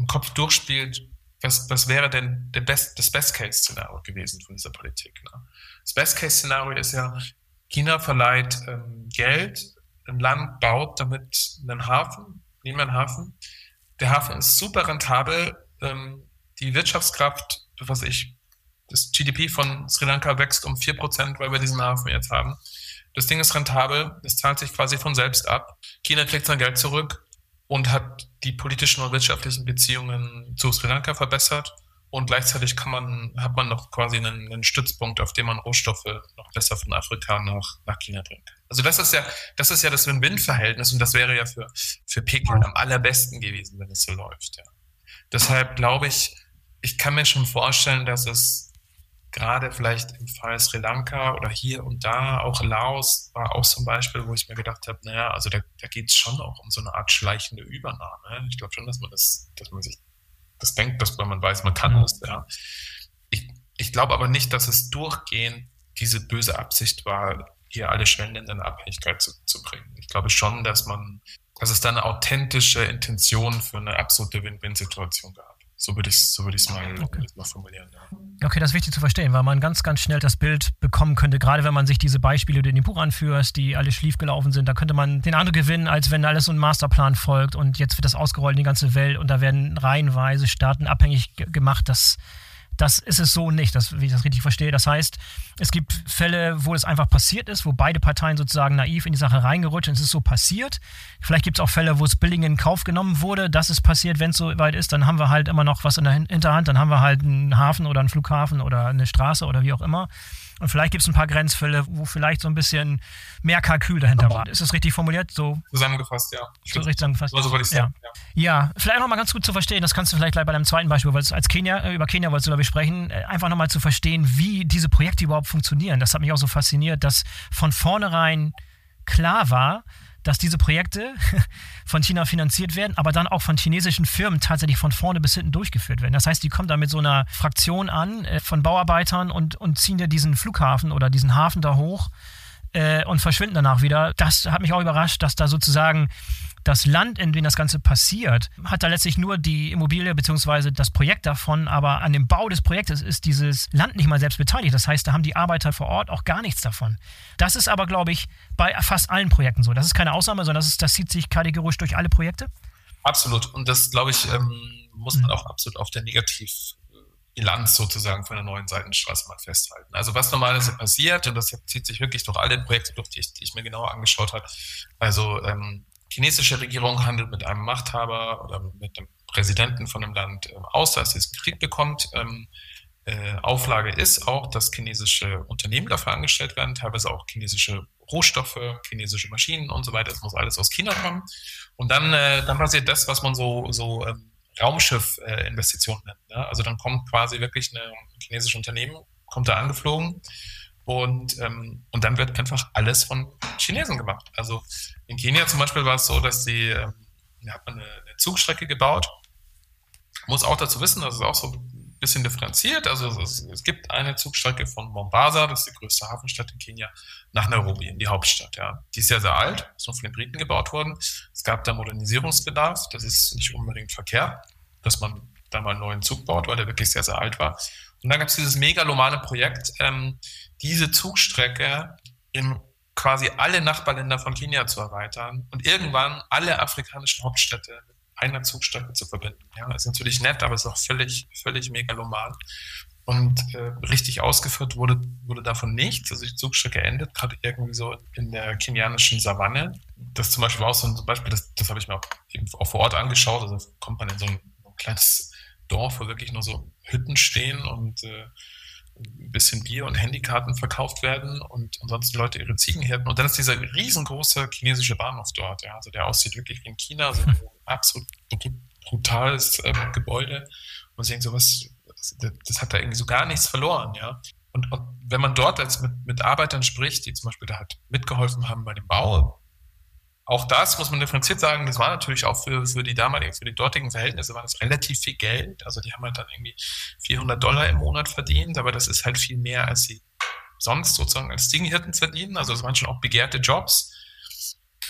im Kopf durchspielt, was, was wäre denn der Best, das Best-Case-Szenario gewesen von dieser Politik. Ne? Das Best-Case-Szenario ist ja, China verleiht ähm, Geld, ein Land baut damit einen Hafen, nehmen wir einen Hafen. Der Hafen ist super rentabel, ähm, die Wirtschaftskraft, was ich, das G D P von Sri Lanka wächst um vier Prozent, weil wir diesen Hafen jetzt haben. Das Ding ist rentabel, es zahlt sich quasi von selbst ab. China kriegt sein Geld zurück und hat die politischen und wirtschaftlichen Beziehungen zu Sri Lanka verbessert. Und gleichzeitig kann man, hat man noch quasi einen, einen Stützpunkt, auf dem man Rohstoffe noch besser von Afrika nach, nach China bringen kann. Also das ist ja, das ist ja das Win-Win-Verhältnis und das wäre ja für, für Peking am allerbesten gewesen, wenn es so läuft, ja. Deshalb glaube ich, ich kann mir schon vorstellen, dass es gerade vielleicht im Fall Sri Lanka oder hier und da, auch Laos war auch zum Beispiel, wo ich mir gedacht habe, naja, also da, da geht es schon auch um so eine Art schleichende Übernahme. Ich glaube schon, dass man das, dass man sich das denkt, dass man weiß, man kann es. Ja. Ich, ich glaube aber nicht, dass es durchgehend diese böse Absicht war, hier alle Schwellenländer in Abhängigkeit zu, zu bringen. Ich glaube schon, dass man, dass es da eine authentische Intention für eine absolute Win-Win-Situation gab. So würde ich es so würd ich's mal, okay. mal formulieren. Ja. Okay, das ist wichtig zu verstehen, weil man ganz, ganz schnell das Bild bekommen könnte, gerade wenn man sich diese Beispiele, die du in dem Buch anführst, die alle schief gelaufen sind, da könnte man den Eindruck gewinnen, als wenn alles so ein Masterplan folgt und jetzt wird das ausgerollt in die ganze Welt und da werden reihenweise Staaten abhängig g- gemacht. Das, das ist es so nicht, das, wie ich das richtig verstehe. Das heißt, es gibt Fälle, wo es einfach passiert ist, wo beide Parteien sozusagen naiv in die Sache reingerutscht sind. Es ist so passiert. Vielleicht gibt es auch Fälle, wo es billig in Kauf genommen wurde. Das ist passiert, wenn es so weit ist. Dann haben wir halt immer noch was in der Hinterhand. Dann haben wir halt einen Hafen oder einen Flughafen oder eine Straße oder wie auch immer. Und vielleicht gibt es ein paar Grenzfälle, wo vielleicht so ein bisschen mehr Kalkül dahinter war. Ist das richtig formuliert? So Zusammengefasst, ja. So richtig zusammengefasst. So wollte ich sagen. Ja. Ja, vielleicht noch mal ganz gut zu verstehen, das kannst du vielleicht gleich bei deinem zweiten Beispiel, weil es als Kenia, über Kenia wolltest du, glaube ich, sprechen, einfach nochmal zu verstehen, wie diese Projekte überhaupt funktionieren. Das hat mich auch so fasziniert, dass von vornherein klar war, dass diese Projekte von China finanziert werden, aber dann auch von chinesischen Firmen tatsächlich von vorne bis hinten durchgeführt werden. Das heißt, die kommen da mit so einer Fraktion an äh, von Bauarbeitern und, und ziehen dir diesen Flughafen oder diesen Hafen da hoch äh, und verschwinden danach wieder. Das hat mich auch überrascht, dass da sozusagen das Land, in dem das Ganze passiert, hat da letztlich nur die Immobilie bzw. das Projekt davon, aber an dem Bau des Projektes ist dieses Land nicht mal selbst beteiligt. Das heißt, da haben die Arbeiter vor Ort auch gar nichts davon. Das ist aber, glaube ich, bei fast allen Projekten so. Das ist keine Ausnahme, sondern das, ist, das zieht sich kategorisch durch alle Projekte. Absolut. Und das, glaube ich, ähm, muss man auch absolut auf der Negativbilanz sozusagen von der neuen Seidenstraße mal festhalten. Also was normalerweise passiert, und das zieht sich wirklich durch alle Projekte durch, die ich, die ich mir genauer angeschaut habe, also ähm, chinesische Regierung handelt mit einem Machthaber oder mit dem Präsidenten von einem Land äh, aus, dass es einen Krieg bekommt. Ähm, äh, Auflage ist auch, dass chinesische Unternehmen dafür angestellt werden, teilweise auch chinesische Rohstoffe, chinesische Maschinen und so weiter. Es muss alles aus China kommen. Und dann, äh, dann passiert das, was man so, so ähm, Raumschiff-Investitionen äh, nennt. Ne? Also dann kommt quasi wirklich eine, ein chinesisches Unternehmen, kommt da angeflogen. Und, ähm, und dann wird einfach alles von Chinesen gemacht. Also in Kenia zum Beispiel war es so, dass die, ähm, da hat man eine, eine Zugstrecke gebaut. Muss auch dazu wissen, das ist auch so ein bisschen differenziert. Also es, es gibt eine Zugstrecke von Mombasa, das ist die größte Hafenstadt in Kenia, nach Nairobi, in die Hauptstadt. Ja. Die ist sehr, sehr alt, ist nur von den Briten gebaut worden. Es gab da Modernisierungsbedarf, das ist nicht unbedingt verkehrt, dass man da mal einen neuen Zug baut, weil der wirklich sehr, sehr alt war. Und dann gab es dieses megalomane Projekt, ähm, diese Zugstrecke in quasi alle Nachbarländer von Kenia zu erweitern und irgendwann alle afrikanischen Hauptstädte mit einer Zugstrecke zu verbinden. Ja, das ist natürlich nett, aber es ist auch völlig, völlig megaloman. Und äh, richtig ausgeführt wurde, wurde davon nichts. Also die Zugstrecke endet gerade irgendwie so in der kenianischen Savanne. Das zum Beispiel war auch so ein Beispiel, das, das habe ich mir auch, eben auch vor Ort angeschaut. Also kommt man in so ein, ein kleines Dorf, wo wirklich nur so Hütten stehen und äh, ein bisschen Bier und Handykarten verkauft werden und ansonsten Leute ihre Ziegen hirten. Und dann ist dieser riesengroße chinesische Bahnhof dort, ja, also der aussieht wirklich wie in China, also ein absolut brutales äh, Gebäude. Und ich denke so, was, das, das hat da irgendwie so gar nichts verloren, ja. Und, und wenn man dort jetzt mit, mit Arbeitern spricht, die zum Beispiel da halt mitgeholfen haben bei dem Bau, auch das muss man differenziert sagen, das war natürlich auch für, für die damaligen, für die dortigen Verhältnisse war das relativ viel Geld. Also die haben halt dann irgendwie vierhundert Dollar im Monat verdient, aber das ist halt viel mehr, als sie sonst sozusagen als Ziegenhirten verdienen. Also das waren schon auch begehrte Jobs.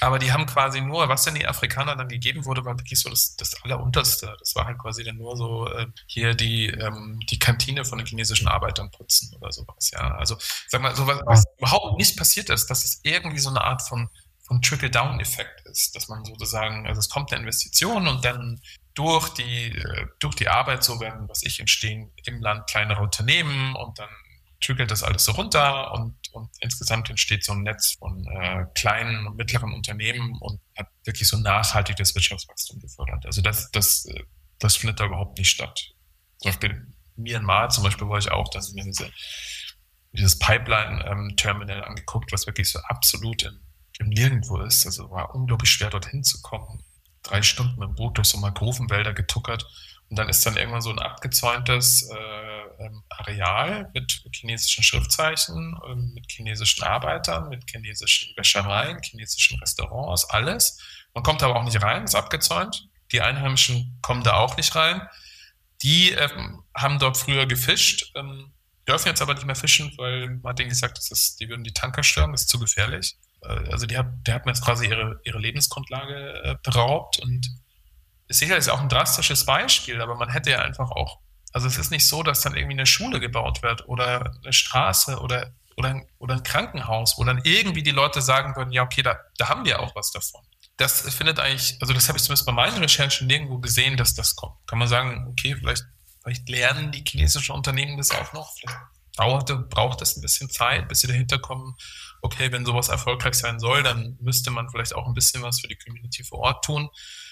Aber die haben quasi nur, was denn die Afrikaner dann gegeben wurde, war wirklich so das, das Allerunterste. Das war halt quasi dann nur so äh, hier die, ähm, die Kantine von den chinesischen Arbeitern putzen oder sowas. Ja, also sag mal, sowas, was überhaupt nicht passiert ist, dass es irgendwie so eine Art von, von Trickle-Down-Effekt ist, dass man sozusagen, also es kommt eine Investition und dann durch die, äh, durch die Arbeit so werden, was ich, entstehen im Land kleinere Unternehmen und dann trickelt das alles so runter und, und insgesamt entsteht so ein Netz von äh, kleinen und mittleren Unternehmen und hat wirklich so nachhaltiges Wirtschaftswachstum gefördert. Also das, das, das findet da überhaupt nicht statt. Zum Beispiel Myanmar zum Beispiel, wo ich auch, dass ich mir diese, dieses Pipeline-Terminal ähm, angeguckt, was wirklich so absolut im, im Nirgendwo ist. Also war unglaublich schwer, dorthin zu kommen. Drei Stunden mit dem Boot durch so Mangrovenwälder getuckert. Und dann ist dann irgendwann so ein abgezäuntes äh, ähm, Areal mit, mit chinesischen Schriftzeichen, ähm, mit chinesischen Arbeitern, mit chinesischen Wäschereien, chinesischen Restaurants, alles. Man kommt aber auch nicht rein, ist abgezäunt. Die Einheimischen kommen da auch nicht rein. Die ähm, haben dort früher gefischt, ähm, dürfen jetzt aber nicht mehr fischen, weil man hat denen gesagt, das ist, die würden die Tanker stören, das ist zu gefährlich. Äh, also die hat, die hat mir jetzt quasi ihre, ihre Lebensgrundlage äh, beraubt und ist sicherlich auch ein drastisches Beispiel, aber man hätte ja einfach auch, also es ist nicht so, dass dann irgendwie eine Schule gebaut wird oder eine Straße oder, oder, oder ein Krankenhaus, wo dann irgendwie die Leute sagen würden, ja okay, da, da haben wir auch was davon. Das findet eigentlich, also das habe ich zumindest bei meinen Recherchen nirgendwo gesehen, dass das kommt. Kann man sagen, okay, vielleicht, vielleicht lernen die chinesischen Unternehmen das auch noch, vielleicht dauert, braucht es ein bisschen Zeit, bis sie dahinter kommen, okay, wenn sowas erfolgreich sein soll, dann müsste man vielleicht auch ein bisschen was für die Community vor Ort tun.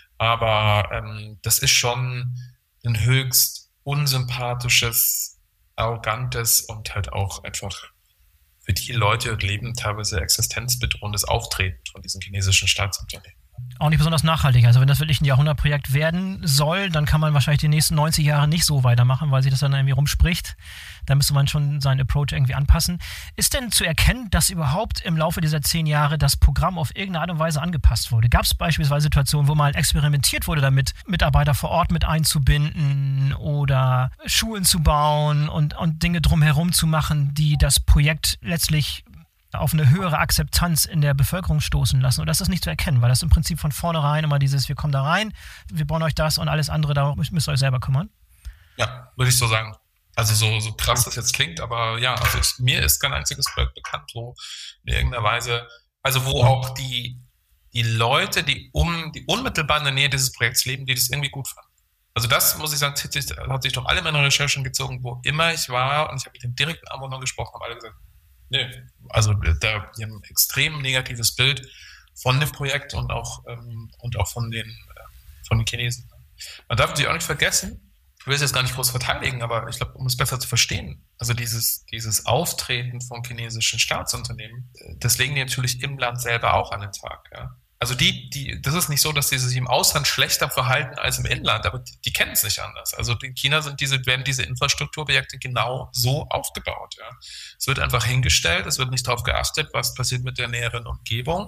Aber ähm, das ist schon ein höchst unsympathisches, arrogantes und halt auch einfach für die Leute leben teilweise existenzbedrohendes Auftreten von diesen chinesischen Staatsunternehmen. Auch nicht besonders nachhaltig. Also wenn das wirklich ein Jahrhundertprojekt werden soll, dann kann man wahrscheinlich die nächsten neunzig Jahre nicht so weitermachen, weil sich das dann irgendwie rumspricht. Da müsste man schon seinen Approach irgendwie anpassen. Ist denn zu erkennen, dass überhaupt im Laufe dieser zehn Jahre das Programm auf irgendeine Art und Weise angepasst wurde? Gab es beispielsweise Situationen, wo mal experimentiert wurde damit, Mitarbeiter vor Ort mit einzubinden oder Schulen zu bauen und, und Dinge drumherum zu machen, die das Projekt letztlich auf eine höhere Akzeptanz in der Bevölkerung stoßen lassen? Oder ist das nicht zu erkennen? Weil das im Prinzip von vornherein immer dieses, wir kommen da rein, wir bauen euch das und alles andere, da müsst ihr euch selber kümmern? Ja, würde ich so sagen. Also so, so krass das jetzt klingt, aber ja, also ich, mir ist kein einziges Projekt bekannt, wo in irgendeiner Weise, also wo auch die, die Leute, die um die unmittelbar in der Nähe dieses Projekts leben, die das irgendwie gut fanden. Also das, muss ich sagen, hat sich, hat sich durch alle meine Recherchen gezogen, wo immer ich war, und ich habe mit den direkten Anwohnern gesprochen, haben alle gesagt, nee, also da, die haben ein extrem negatives Bild von dem Projekt und auch, ähm, und auch von den, äh, von den Chinesen. Man darf natürlich auch nicht vergessen, ich will es jetzt gar nicht groß verteidigen, aber ich glaube, um es besser zu verstehen, also dieses, dieses Auftreten von chinesischen Staatsunternehmen, das legen die natürlich im Land selber auch an den Tag, ja. Also die, die, das ist nicht so, dass die sich im Ausland schlechter verhalten als im Inland, aber die, die kennen es nicht anders. Also in China sind diese, werden diese Infrastrukturprojekte genau so aufgebaut, ja. Es wird einfach hingestellt, es wird nicht darauf geachtet, was passiert mit der näheren Umgebung.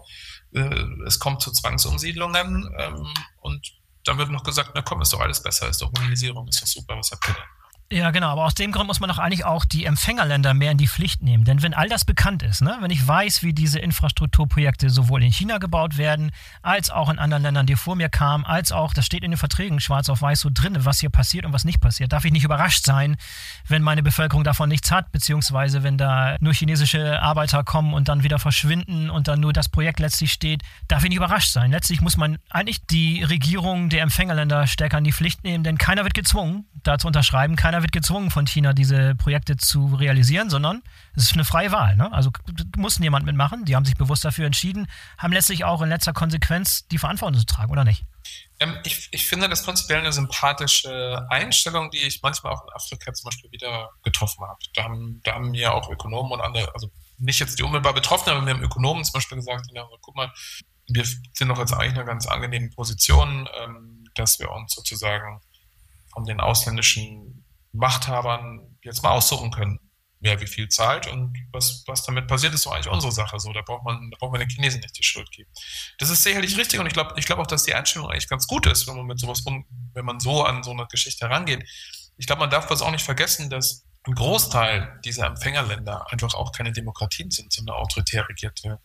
Es kommt zu Zwangsumsiedlungen ähm, und dann wird noch gesagt, na komm, ist doch alles besser, ist doch Mobilisierung, ist doch super, was habt ihr denn? Ja, genau, aber aus dem Grund muss man doch eigentlich auch die Empfängerländer mehr in die Pflicht nehmen. Denn wenn all das bekannt ist, ne, wenn ich weiß, wie diese Infrastrukturprojekte sowohl in China gebaut werden, als auch in anderen Ländern, die vor mir kamen, als auch, das steht in den Verträgen schwarz auf weiß so drin, was hier passiert und was nicht passiert, darf ich nicht überrascht sein, wenn meine Bevölkerung davon nichts hat, beziehungsweise wenn da nur chinesische Arbeiter kommen und dann wieder verschwinden und dann nur das Projekt letztlich steht, darf ich nicht überrascht sein. Letztlich muss man eigentlich die Regierung der Empfängerländer stärker in die Pflicht nehmen, denn keiner wird gezwungen, da zu unterschreiben, keiner wird gezwungen von China, diese Projekte zu realisieren, sondern es ist eine freie Wahl. Ne? Also muss jemand mitmachen, die haben sich bewusst dafür entschieden, haben letztlich auch in letzter Konsequenz die Verantwortung zu tragen, oder nicht? Ähm, ich, ich finde das prinzipiell eine sympathische Einstellung, die ich manchmal auch in Afrika zum Beispiel wieder getroffen habe. Da haben, da haben mir auch Ökonomen und andere, also nicht jetzt die unmittelbar Betroffenen, aber mir haben Ökonomen zum Beispiel gesagt, ja, guck mal, wir sind doch jetzt eigentlich in einer ganz angenehmen Position, ähm, dass wir uns sozusagen von den ausländischen Machthabern jetzt mal aussuchen können, wer wie viel zahlt und was, was damit passiert, ist doch eigentlich unsere Sache. So, da braucht man, da braucht man den Chinesen nicht die Schuld geben. Das ist sicherlich richtig und ich glaube, ich glaube auch, dass die Einstellung eigentlich ganz gut ist, wenn man mit sowas rum, wenn man so an so eine Geschichte herangeht. Ich glaube, man darf das auch nicht vergessen, dass ein Großteil dieser Empfängerländer einfach auch keine Demokratien sind, sondern autoritär regierte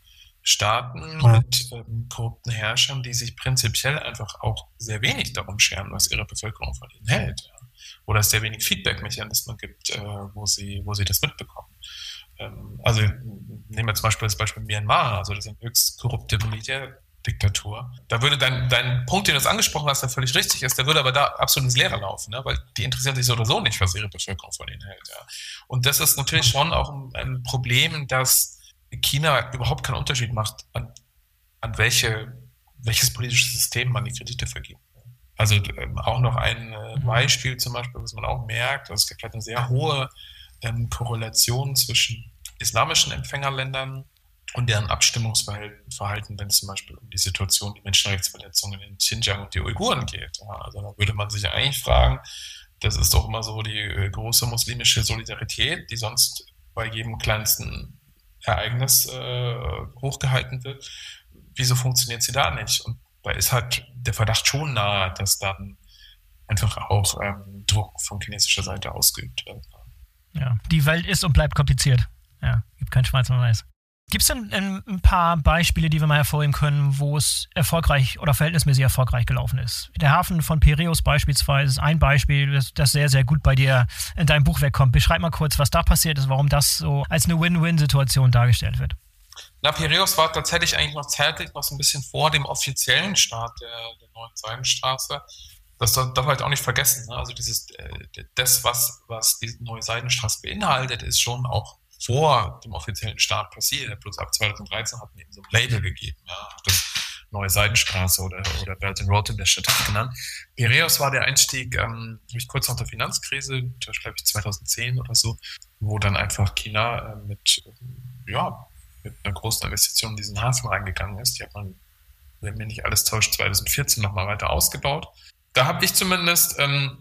Staaten ja. mit ähm, korrupten Herrschern, die sich prinzipiell einfach auch sehr wenig darum scheren, was ihre Bevölkerung von ihnen hält. Ja. Oder es sehr wenig Feedback-Mechanismen gibt, äh, wo sie, wo sie das mitbekommen. Ähm, also nehmen wir zum Beispiel das Beispiel Myanmar, also das ist eine höchst korrupte Militärdiktatur. Da würde dein, dein Punkt, den du jetzt angesprochen hast, der völlig richtig ist, der würde aber da absolut ins Leere laufen, ne? Weil die interessieren sich so oder so nicht, was ihre Bevölkerung von ihnen hält. Ja. Und das ist natürlich schon auch ein, ein Problem, dass China überhaupt keinen Unterschied macht, an, an welche, welches politische System man die Kredite vergibt. Also ähm, auch noch ein äh, Beispiel zum Beispiel, was man auch merkt, also es gibt halt eine sehr hohe ähm, Korrelation zwischen islamischen Empfängerländern und deren Abstimmungsverhalten, wenn es zum Beispiel um die Situation, die Menschenrechtsverletzungen in Xinjiang und die Uiguren geht. Ja, also da würde man sich eigentlich fragen, das ist doch immer so die äh, große muslimische Solidarität, die sonst bei jedem kleinsten Ereignis äh, hochgehalten wird. Wieso funktioniert sie da nicht? Und da ist halt der Verdacht schon nahe, dass dann einfach auch ähm, Druck von chinesischer Seite ausgeübt wird. Ja, die Welt ist und bleibt kompliziert. Ja, gibt kein Schwarz und Weiß. Gibt es denn ein paar Beispiele, die wir mal hervorheben können, wo es erfolgreich oder verhältnismäßig erfolgreich gelaufen ist? Der Hafen von Piräus beispielsweise ist ein Beispiel, das, das sehr, sehr gut bei dir in deinem Buch wegkommt. Beschreib mal kurz, was da passiert ist, warum das so als eine Win-Win-Situation dargestellt wird. Na, Piräus war tatsächlich eigentlich noch zeitlich noch so ein bisschen vor dem offiziellen Start der, der neuen Seidenstraße. Das darf man halt auch nicht vergessen. Ne? Also dieses, das, was, was die neue Seidenstraße beinhaltet, ist schon auch vor dem offiziellen Start passiert. Bloß ab zweitausenddreizehn hatten eben so ein Label gegeben, ja, das neue Seidenstraße oder, oder Belt and Road in der Stadt genannt. Piräus war der Einstieg, ähm, kurz nach der Finanzkrise, das glaube ich zweitausendzehn oder so, wo dann einfach China äh, mit, äh, ja, mit einer großen Investition in diesen Hafen reingegangen ist. Die hat man, wenn mir nicht alles täuscht, zweitausendvierzehn nochmal weiter ausgebaut. Da habe ich zumindest, ähm,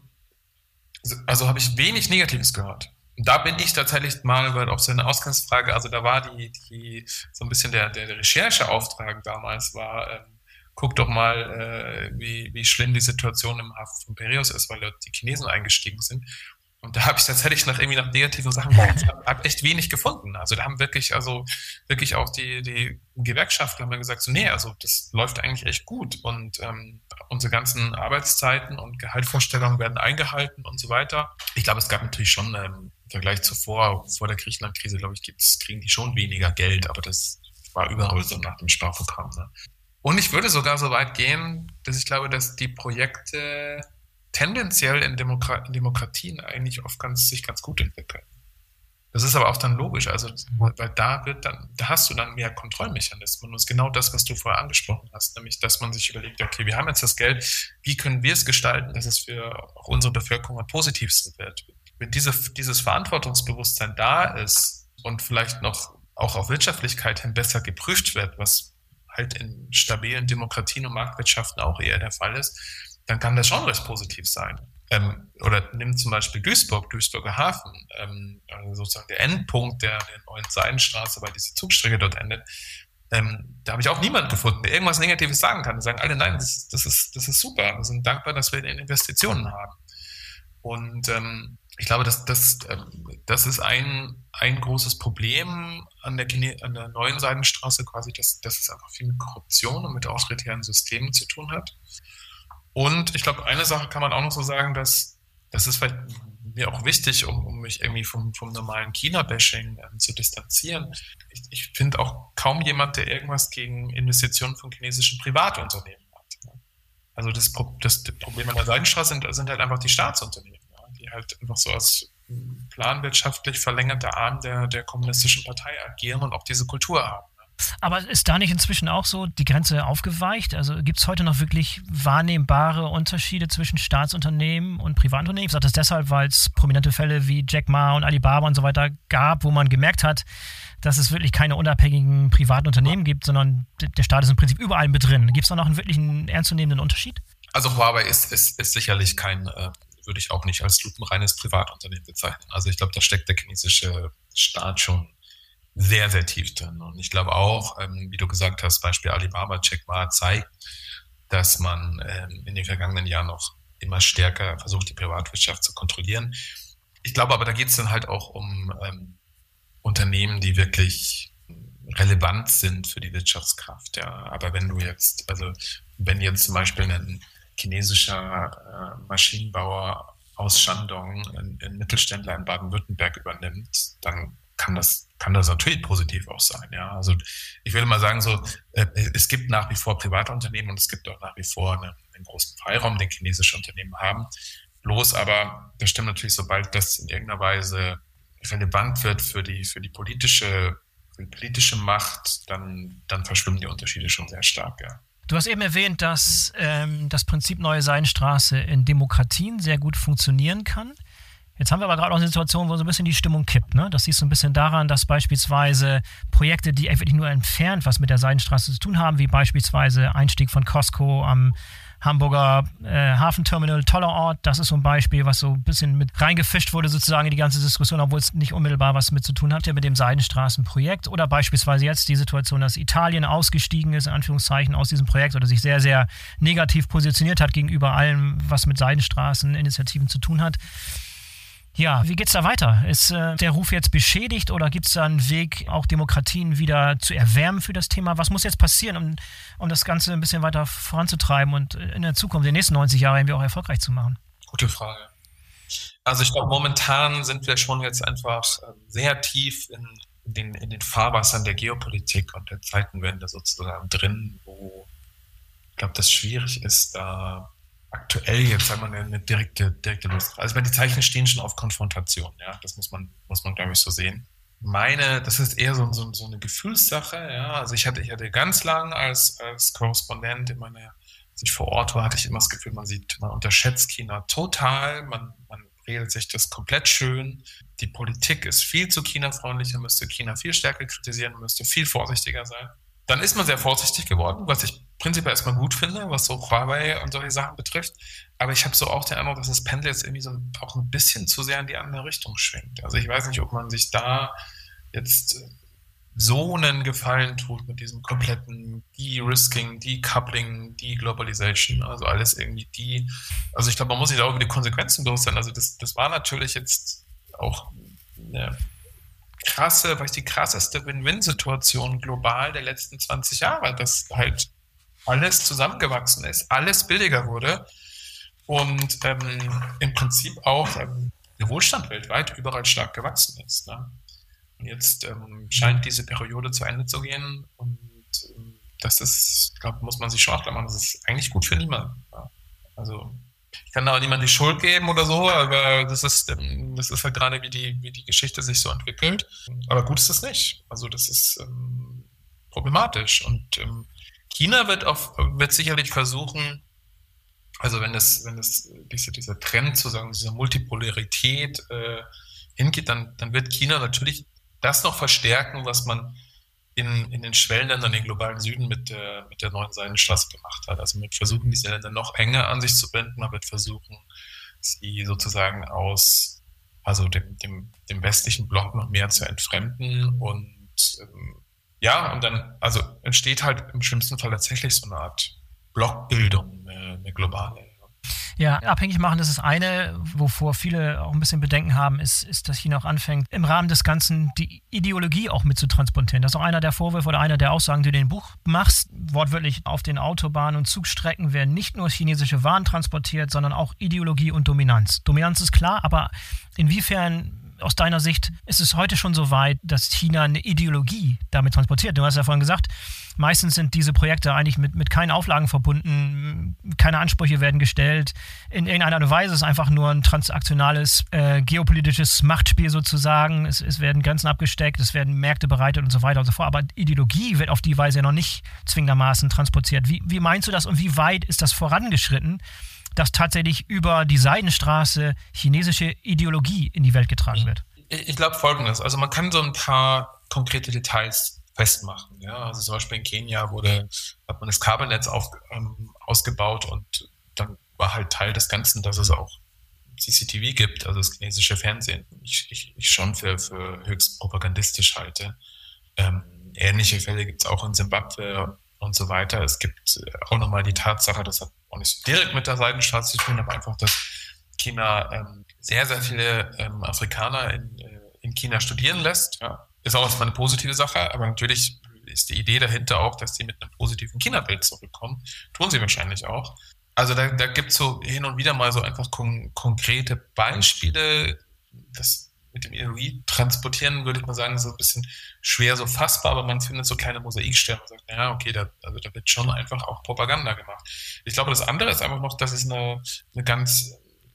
also habe ich wenig Negatives gehört. Und da bin ich tatsächlich mal, weil auch so eine Ausgangsfrage, also da war die, die so ein bisschen der, der Rechercheauftrag damals war, ähm, guck doch mal, äh, wie, wie schlimm die Situation im Hafen von Piräus ist, weil dort die Chinesen eingestiegen sind. Und da habe ich tatsächlich nach irgendwie nach negativen Sachen geguckt, habe hab echt wenig gefunden. Also da haben wirklich, also wirklich auch die, die Gewerkschaften haben mir gesagt, so nee, also das läuft eigentlich echt gut und ähm, unsere ganzen Arbeitszeiten und Gehaltsvorstellungen werden eingehalten und so weiter. Ich glaube, es gab natürlich schon ähm, im Vergleich zuvor, vor der Griechenland-Krise, glaube ich, gibt's, kriegen die schon weniger Geld, aber das war überall so nach dem Sparprogramm. Ne? Und ich würde sogar so weit gehen, dass ich glaube, dass die Projekte tendenziell in, Demokra- in Demokratien eigentlich oft ganz, sich ganz gut entwickeln. Das ist aber auch dann logisch, also weil da wird dann, da hast du dann mehr Kontrollmechanismen und das ist genau das, was du vorher angesprochen hast, nämlich, dass man sich überlegt, okay, wir haben jetzt das Geld, wie können wir es gestalten, dass es für auch unsere Bevölkerung am positivsten wird? Wenn diese, dieses Verantwortungsbewusstsein da ist und vielleicht noch auch auf Wirtschaftlichkeit hin besser geprüft wird, was halt in stabilen Demokratien und Marktwirtschaften auch eher der Fall ist, dann kann das schon recht positiv sein. Ähm, oder nimm zum Beispiel Duisburg, Duisburger Hafen, ähm, also sozusagen der Endpunkt der, der neuen Seidenstraße, weil diese Zugstrecke dort endet. Ähm, da habe ich auch niemanden gefunden, der irgendwas Negatives sagen kann. Die sagen alle, nein, das ist, das ist, das ist super. Wir sind dankbar, dass wir Investitionen haben. Und ähm, ich glaube, dass das, ähm, das ist ein, ein großes Problem an der, Chine- an der neuen Seidenstraße quasi, dass, dass es einfach viel mit Korruption und mit autoritären Systemen zu tun hat. Und ich glaube, eine Sache kann man auch noch so sagen, dass das ist vielleicht mir auch wichtig, um, um mich irgendwie vom, vom normalen China-Bashing ähm, zu distanzieren. Ich, ich finde auch kaum jemand, der irgendwas gegen Investitionen von chinesischen Privatunternehmen hat. Also das, das, das Problem an der Seidenstraße sind, sind halt einfach die Staatsunternehmen, ja, die halt einfach so als planwirtschaftlich verlängerter Arm der, der kommunistischen Partei agieren und auch diese Kultur haben. Aber ist da nicht inzwischen auch so die Grenze aufgeweicht? Also gibt es heute noch wirklich wahrnehmbare Unterschiede zwischen Staatsunternehmen und Privatunternehmen? Ich sage das deshalb, weil es prominente Fälle wie Jack Ma und Alibaba und so weiter gab, wo man gemerkt hat, dass es wirklich keine unabhängigen privaten Unternehmen gibt, sondern der Staat ist im Prinzip überall mit drin. Gibt es da noch einen wirklich einen ernstzunehmenden Unterschied? Also Huawei ist, ist, ist sicherlich kein, äh, würde ich auch nicht als lupenreines Privatunternehmen bezeichnen. Also ich glaube, da steckt der chinesische Staat schon sehr, sehr tief drin. Und ich glaube auch, ähm, wie du gesagt hast, Beispiel Alibaba, Jack Ma zeigt, dass man ähm, in den vergangenen Jahren noch immer stärker versucht, die Privatwirtschaft zu kontrollieren. Ich glaube aber, da geht es dann halt auch um ähm, Unternehmen, die wirklich relevant sind für die Wirtschaftskraft. Ja. Aber wenn du jetzt, also wenn jetzt zum Beispiel ein chinesischer äh, Maschinenbauer aus Shandong einen, einen Mittelständler in Baden-Württemberg übernimmt, dann kann das, kann das natürlich positiv auch sein. Ja. Also ich würde mal sagen, so äh, es gibt nach wie vor private Unternehmen und es gibt auch nach wie vor eine, einen großen Freiraum, den chinesische Unternehmen haben. Bloß aber, das stimmt natürlich, sobald das in irgendeiner Weise relevant wird für die, für die politische, für die politische Macht, dann, dann verschwimmen die Unterschiede schon sehr stark, ja. Du hast eben erwähnt, dass ähm, das Prinzip Neue Seidenstraße in Demokratien sehr gut funktionieren kann. Jetzt haben wir aber gerade auch eine Situation, wo so ein bisschen die Stimmung kippt. Ne? Das siehst du ein bisschen daran, dass beispielsweise Projekte, die wirklich nur entfernt was mit der Seidenstraße zu tun haben, wie beispielsweise Einstieg von Costco am Hamburger äh, Hafenterminal, toller Ort, das ist so ein Beispiel, was so ein bisschen mit reingefischt wurde sozusagen in die ganze Diskussion, obwohl es nicht unmittelbar was mit zu tun hat, ja, mit dem Seidenstraßenprojekt. Oder beispielsweise jetzt die Situation, dass Italien ausgestiegen ist, in Anführungszeichen, aus diesem Projekt oder sich sehr, sehr negativ positioniert hat gegenüber allem, was mit Seidenstraßeninitiativen zu tun hat. Ja, wie geht's da weiter? Ist äh, der Ruf jetzt beschädigt oder gibt es da einen Weg, auch Demokratien wieder zu erwärmen für das Thema? Was muss jetzt passieren, um, um das Ganze ein bisschen weiter voranzutreiben und in der Zukunft, die nächsten neunzig Jahre irgendwie auch erfolgreich zu machen? Gute Frage. Also ich glaube, momentan sind wir schon jetzt einfach sehr tief in den, in den Fahrwassern der Geopolitik und der Zeitenwende sozusagen drin, wo ich glaube, das schwierig ist, da aktuell jetzt, sagen wir mal, eine direkte, direkte Lust. Also, die Zeichen stehen schon auf Konfrontation, ja. Das muss man, muss man, glaube ich, so sehen. Meine, das ist eher so, so, so eine Gefühlssache, ja. Also, ich hatte, ich hatte ganz lang als, als Korrespondent in meiner, als ich vor Ort war, hatte ich immer das Gefühl, man sieht, man unterschätzt China total, man, man redet sich das komplett schön. Die Politik ist viel zu China-freundlich, man müsste China viel stärker kritisieren, man müsste viel vorsichtiger sein. Dann ist man sehr vorsichtig geworden, was ich prinzipiell erstmal gut finde, was so Huawei und solche Sachen betrifft. Aber ich habe so auch den Eindruck, dass das Pendel jetzt irgendwie so ein, auch ein bisschen zu sehr in die andere Richtung schwingt. Also ich weiß nicht, ob man sich da jetzt so einen Gefallen tut mit diesem kompletten De-Risking, Decoupling, De-Globalization, also alles irgendwie die. Also ich glaube, man muss sich da auch über die Konsequenzen bewusst sein. Also das, das war natürlich jetzt auch eine krasse, vielleicht die krasseste Win-Win-Situation global der letzten zwanzig Jahre, dass halt alles zusammengewachsen ist, alles billiger wurde und ähm, im Prinzip auch ähm, der Wohlstand weltweit überall stark gewachsen ist. Ne? Und jetzt ähm, scheint diese Periode zu Ende zu gehen und ähm, das ist, ich glaube, muss man sich schon auch klar machen, das ist eigentlich gut für niemanden. Ja? Also ich kann da auch niemandem die Schuld geben oder so, aber das ist, ähm, das ist halt gerade, wie die, wie die Geschichte sich so entwickelt. Aber gut ist das nicht. Also das ist ähm, problematisch und ähm, China wird, auf, wird sicherlich versuchen, also wenn das, wenn das diese, dieser Trend sozusagen, diese Multipolarität äh, hingeht, dann, dann wird China natürlich das noch verstärken, was man in, in den Schwellenländern, den globalen Süden mit der, mit der neuen Seidenstraße gemacht hat. Also man wird versuchen, diese Länder noch enger an sich zu binden, man wird versuchen, sie sozusagen aus also dem, dem, dem westlichen Block noch mehr zu entfremden und ähm, ja, und dann, also entsteht halt im schlimmsten Fall tatsächlich so eine Art Blockbildung, eine, eine globale. Ja, abhängig machen, das ist eine, wovor viele auch ein bisschen Bedenken haben, ist, ist, dass China auch anfängt, im Rahmen des Ganzen die Ideologie auch mit zu transportieren. Das ist auch einer der Vorwürfe oder einer der Aussagen, die du in dem Buch machst. Wortwörtlich, auf den Autobahnen und Zugstrecken werden nicht nur chinesische Waren transportiert, sondern auch Ideologie und Dominanz. Dominanz ist klar, aber inwiefern aus deiner Sicht ist es heute schon so weit, dass China eine Ideologie damit transportiert? Du hast ja vorhin gesagt, meistens sind diese Projekte eigentlich mit, mit keinen Auflagen verbunden, keine Ansprüche werden gestellt. In irgendeiner Art und Weise ist es einfach nur ein transaktionales, äh, geopolitisches Machtspiel sozusagen. Es, es werden Grenzen abgesteckt, es werden Märkte bereitet und so weiter und so fort. Aber Ideologie wird auf die Weise ja noch nicht zwingendermaßen transportiert. Wie, wie meinst du das und wie weit ist das vorangeschritten, dass tatsächlich über die Seidenstraße chinesische Ideologie in die Welt getragen wird? Ich, ich glaube Folgendes, also man kann so ein paar konkrete Details festmachen. Ja? Also zum Beispiel in Kenia wurde, hat man das Kabelnetz auf, ähm, ausgebaut und dann war halt Teil des Ganzen, dass es auch C C T V gibt, also das chinesische Fernsehen, ich, ich, ich schon für, für höchst propagandistisch halte. Ähm, ähnliche Fälle gibt es auch in Simbabwe und so weiter. Es gibt auch nochmal die Tatsache, das hat auch nicht so direkt mit der Seidenstraße zu tun, aber einfach, dass China ähm, sehr, sehr viele ähm, Afrikaner in, äh, in China studieren lässt. Ja. ist auch erstmal eine positive Sache, aber natürlich ist die Idee dahinter auch, dass die mit einem positiven China-Bild zurückkommen. Tun sie wahrscheinlich auch. Also da, da gibt es so hin und wieder mal so einfach kon- konkrete Beispiele. Das mit dem Ideologie transportieren, würde ich mal sagen, ist so ein bisschen schwer so fassbar, aber man findet so kleine Mosaiksterne und sagt, ja, okay, da, also da wird schon einfach auch Propaganda gemacht. Ich glaube, das andere ist einfach noch, dass es eine, eine ganz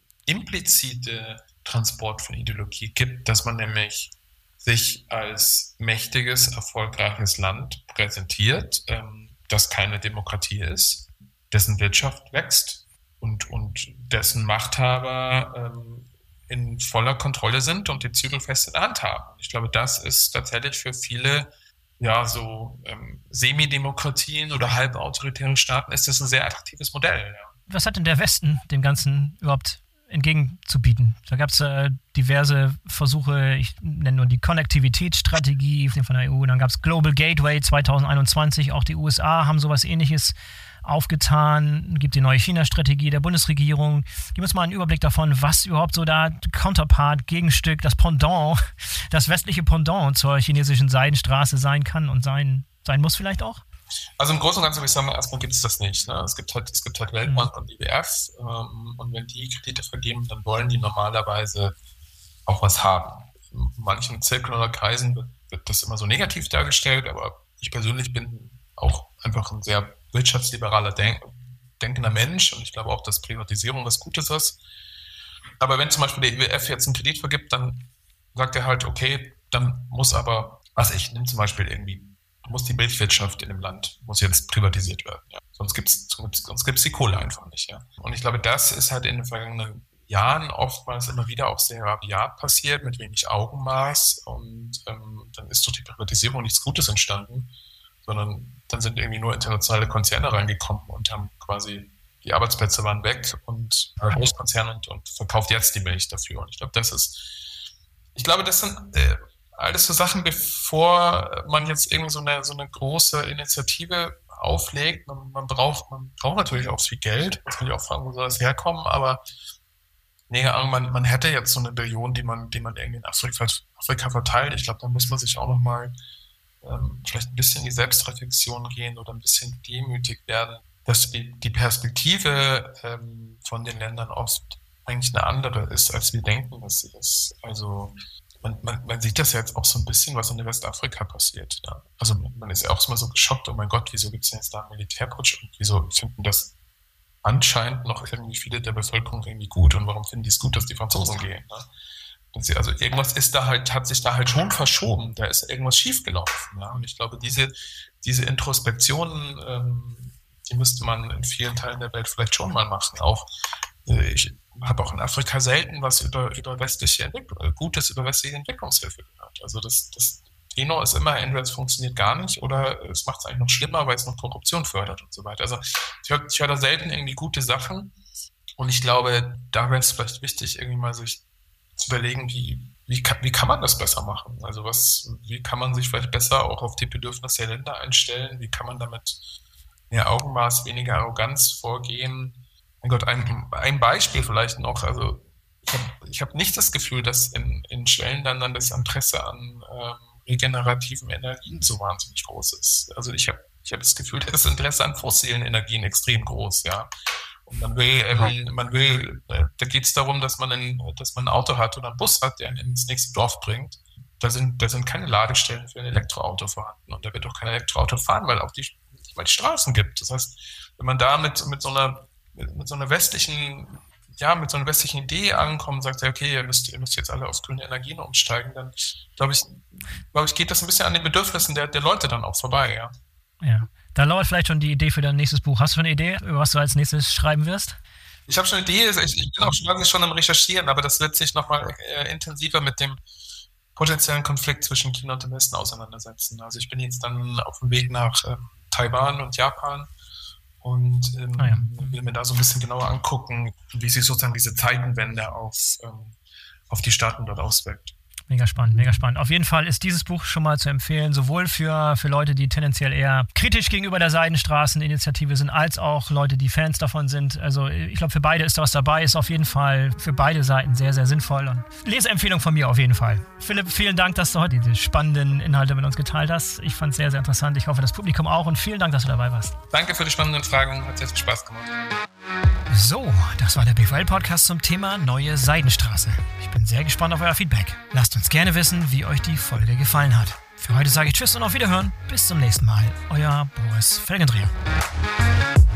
implizite Transport von Ideologie gibt, dass man nämlich sich als mächtiges, erfolgreiches Land präsentiert, ähm, das keine Demokratie ist, dessen Wirtschaft wächst und, und dessen Machthaber ähm, in voller Kontrolle sind und die Zügel fest in der Hand haben. Ich glaube, das ist tatsächlich für viele, ja, so ähm, Semidemokratien oder halbautoritäre Staaten ist das ein sehr attraktives Modell. Ja. Was hat denn der Westen dem Ganzen überhaupt entgegenzubieten? Da gab es äh, diverse Versuche, ich nenne nur die Konnektivitätsstrategie von der E U, dann gab es Global Gateway zwanzig einundzwanzig, auch die U S A haben sowas Ähnliches aufgetan, gibt die neue China-Strategie der Bundesregierung. Gib uns mal einen Überblick davon, was überhaupt so da Counterpart, Gegenstück, das Pendant, das westliche Pendant zur chinesischen Seidenstraße sein kann und sein, sein muss vielleicht auch? Also im Großen und Ganzen würde ich sagen, erstmal gibt es das nicht. Ne? Es gibt halt, es gibt halt Weltbank und I W F ähm, und wenn die Kredite vergeben, dann wollen die normalerweise auch was haben. In manchen Zirkeln oder Kreisen wird, wird das immer so negativ dargestellt, aber ich persönlich bin auch einfach ein sehr wirtschaftsliberaler Denk- denkender Mensch und ich glaube auch, dass Privatisierung was Gutes ist. Aber wenn zum Beispiel der I W F jetzt einen Kredit vergibt, dann sagt er halt, okay, dann muss aber, also ich nehme zum Beispiel irgendwie, muss die Milchwirtschaft in dem Land, muss jetzt privatisiert werden. Ja. Sonst gibt es sonst gibt's die Kohle einfach nicht. Ja. Und ich glaube, das ist halt in den vergangenen Jahren oftmals immer wieder auch sehr rabiat passiert, mit wenig Augenmaß und ähm, dann ist durch die Privatisierung nichts Gutes entstanden, sondern dann sind irgendwie nur internationale Konzerne reingekommen und haben quasi, die Arbeitsplätze waren weg und ein Großkonzern und, und verkauft jetzt die Milch dafür. Und ich glaube, das ist, ich glaube, das sind äh, alles so Sachen, bevor man jetzt irgendwie so eine, so eine große Initiative auflegt. Man, man braucht, man braucht natürlich auch viel Geld. Man kann sich auch fragen, wo soll das herkommen, aber nee, man, man hätte jetzt so eine Billion, die man, die man irgendwie in Afrika, Afrika verteilt. Ich glaube, da muss man sich auch nochmal ähm, vielleicht ein bisschen in die Selbstreflexion gehen oder ein bisschen demütig werden, dass die, die Perspektive ähm, von den Ländern oft eigentlich eine andere ist, als wir denken, dass sie ist. Also man, man, man sieht das ja jetzt auch so ein bisschen, was in Westafrika passiert. Ja. Also man ist ja auch immer so geschockt, oh mein Gott, wieso gibt es denn jetzt da einen Militärputsch und wieso finden das anscheinend noch irgendwie viele der Bevölkerung irgendwie gut und warum finden die es gut, dass die Franzosen gehen? Ne? Und sie, also irgendwas ist da halt, hat sich da halt schon verschoben, da ist irgendwas schiefgelaufen. Ja? Und ich glaube, diese, diese Introspektionen, ähm, die müsste man in vielen Teilen der Welt vielleicht schon mal machen. Auch äh, ich habe auch in Afrika selten was über, über westliche Entwicklung, Gutes über westliche Entwicklungshilfe gehört. Also das, das Tenor ist immer, entweder es funktioniert gar nicht oder es macht es eigentlich noch schlimmer, weil es noch Korruption fördert und so weiter. Also ich höre ich hör da selten irgendwie gute Sachen und ich glaube, da wäre es vielleicht wichtig, irgendwie mal sich zu überlegen, wie, wie, kann, wie kann man das besser machen? Also was, wie kann man sich vielleicht besser auch auf die Bedürfnisse der Länder einstellen? Wie kann man damit mehr Augenmaß, weniger Arroganz vorgehen? Mein Gott, ein, ein Beispiel vielleicht noch, also ich habe ich hab nicht das Gefühl, dass in, in Schwellenländern das Interesse an ähm, regenerativen Energien so wahnsinnig groß ist. Also ich habe ich hab das Gefühl, das Interesse an fossilen Energien extrem groß, ja. Und man will, ähm, man will, äh, da geht es darum, dass man, ein, dass man ein Auto hat oder einen Bus hat, der einen ins nächste Dorf bringt. Da sind, da sind keine Ladestellen für ein Elektroauto vorhanden und da wird auch kein Elektroauto fahren, weil auch die, weil die Straßen gibt. Das heißt, wenn man da mit, mit so einer mit so einer westlichen, ja, mit so einer westlichen Idee ankommt und sagt, ja, okay, ihr müsst, ihr müsst jetzt alle auf grüne Energien umsteigen, dann glaube ich, glaube ich, geht das ein bisschen an den Bedürfnissen der, der Leute dann auch vorbei, ja. Ja, da lauert vielleicht schon die Idee für dein nächstes Buch. Hast du eine Idee, über was du als nächstes schreiben wirst? Ich habe schon eine Idee, ich, ich bin auch schon, schon am Recherchieren, aber das wird sich nochmal äh, intensiver mit dem potenziellen Konflikt zwischen China und dem Westen auseinandersetzen. Also ich bin jetzt dann auf dem Weg nach ähm, Taiwan und Japan und ähm, ah ja. will mir da so ein bisschen genauer angucken, wie sich sozusagen diese Zeitenwende auf, ähm, auf die Staaten dort auswirkt. Mega spannend, mega spannend. Auf jeden Fall ist dieses Buch schon mal zu empfehlen, sowohl für, für Leute, die tendenziell eher kritisch gegenüber der Seidenstraßeninitiative sind, als auch Leute, die Fans davon sind. Also ich glaube, für beide ist da was dabei, ist auf jeden Fall für beide Seiten sehr, sehr sinnvoll. Und Leseempfehlung von mir auf jeden Fall. Philipp, vielen Dank, dass du heute diese spannenden Inhalte mit uns geteilt hast. Ich fand es sehr, sehr interessant. Ich hoffe, das Publikum auch und vielen Dank, dass du dabei warst. Danke für die spannenden Fragen, hat sehr viel Spaß gemacht. So, das war der B V L-Podcast zum Thema Neue Seidenstraße. Ich bin sehr gespannt auf euer Feedback. Lasst uns gerne wissen, wie euch die Folge gefallen hat. Für heute sage ich Tschüss und auf Wiederhören. Bis zum nächsten Mal. Euer Boris Felgendreher.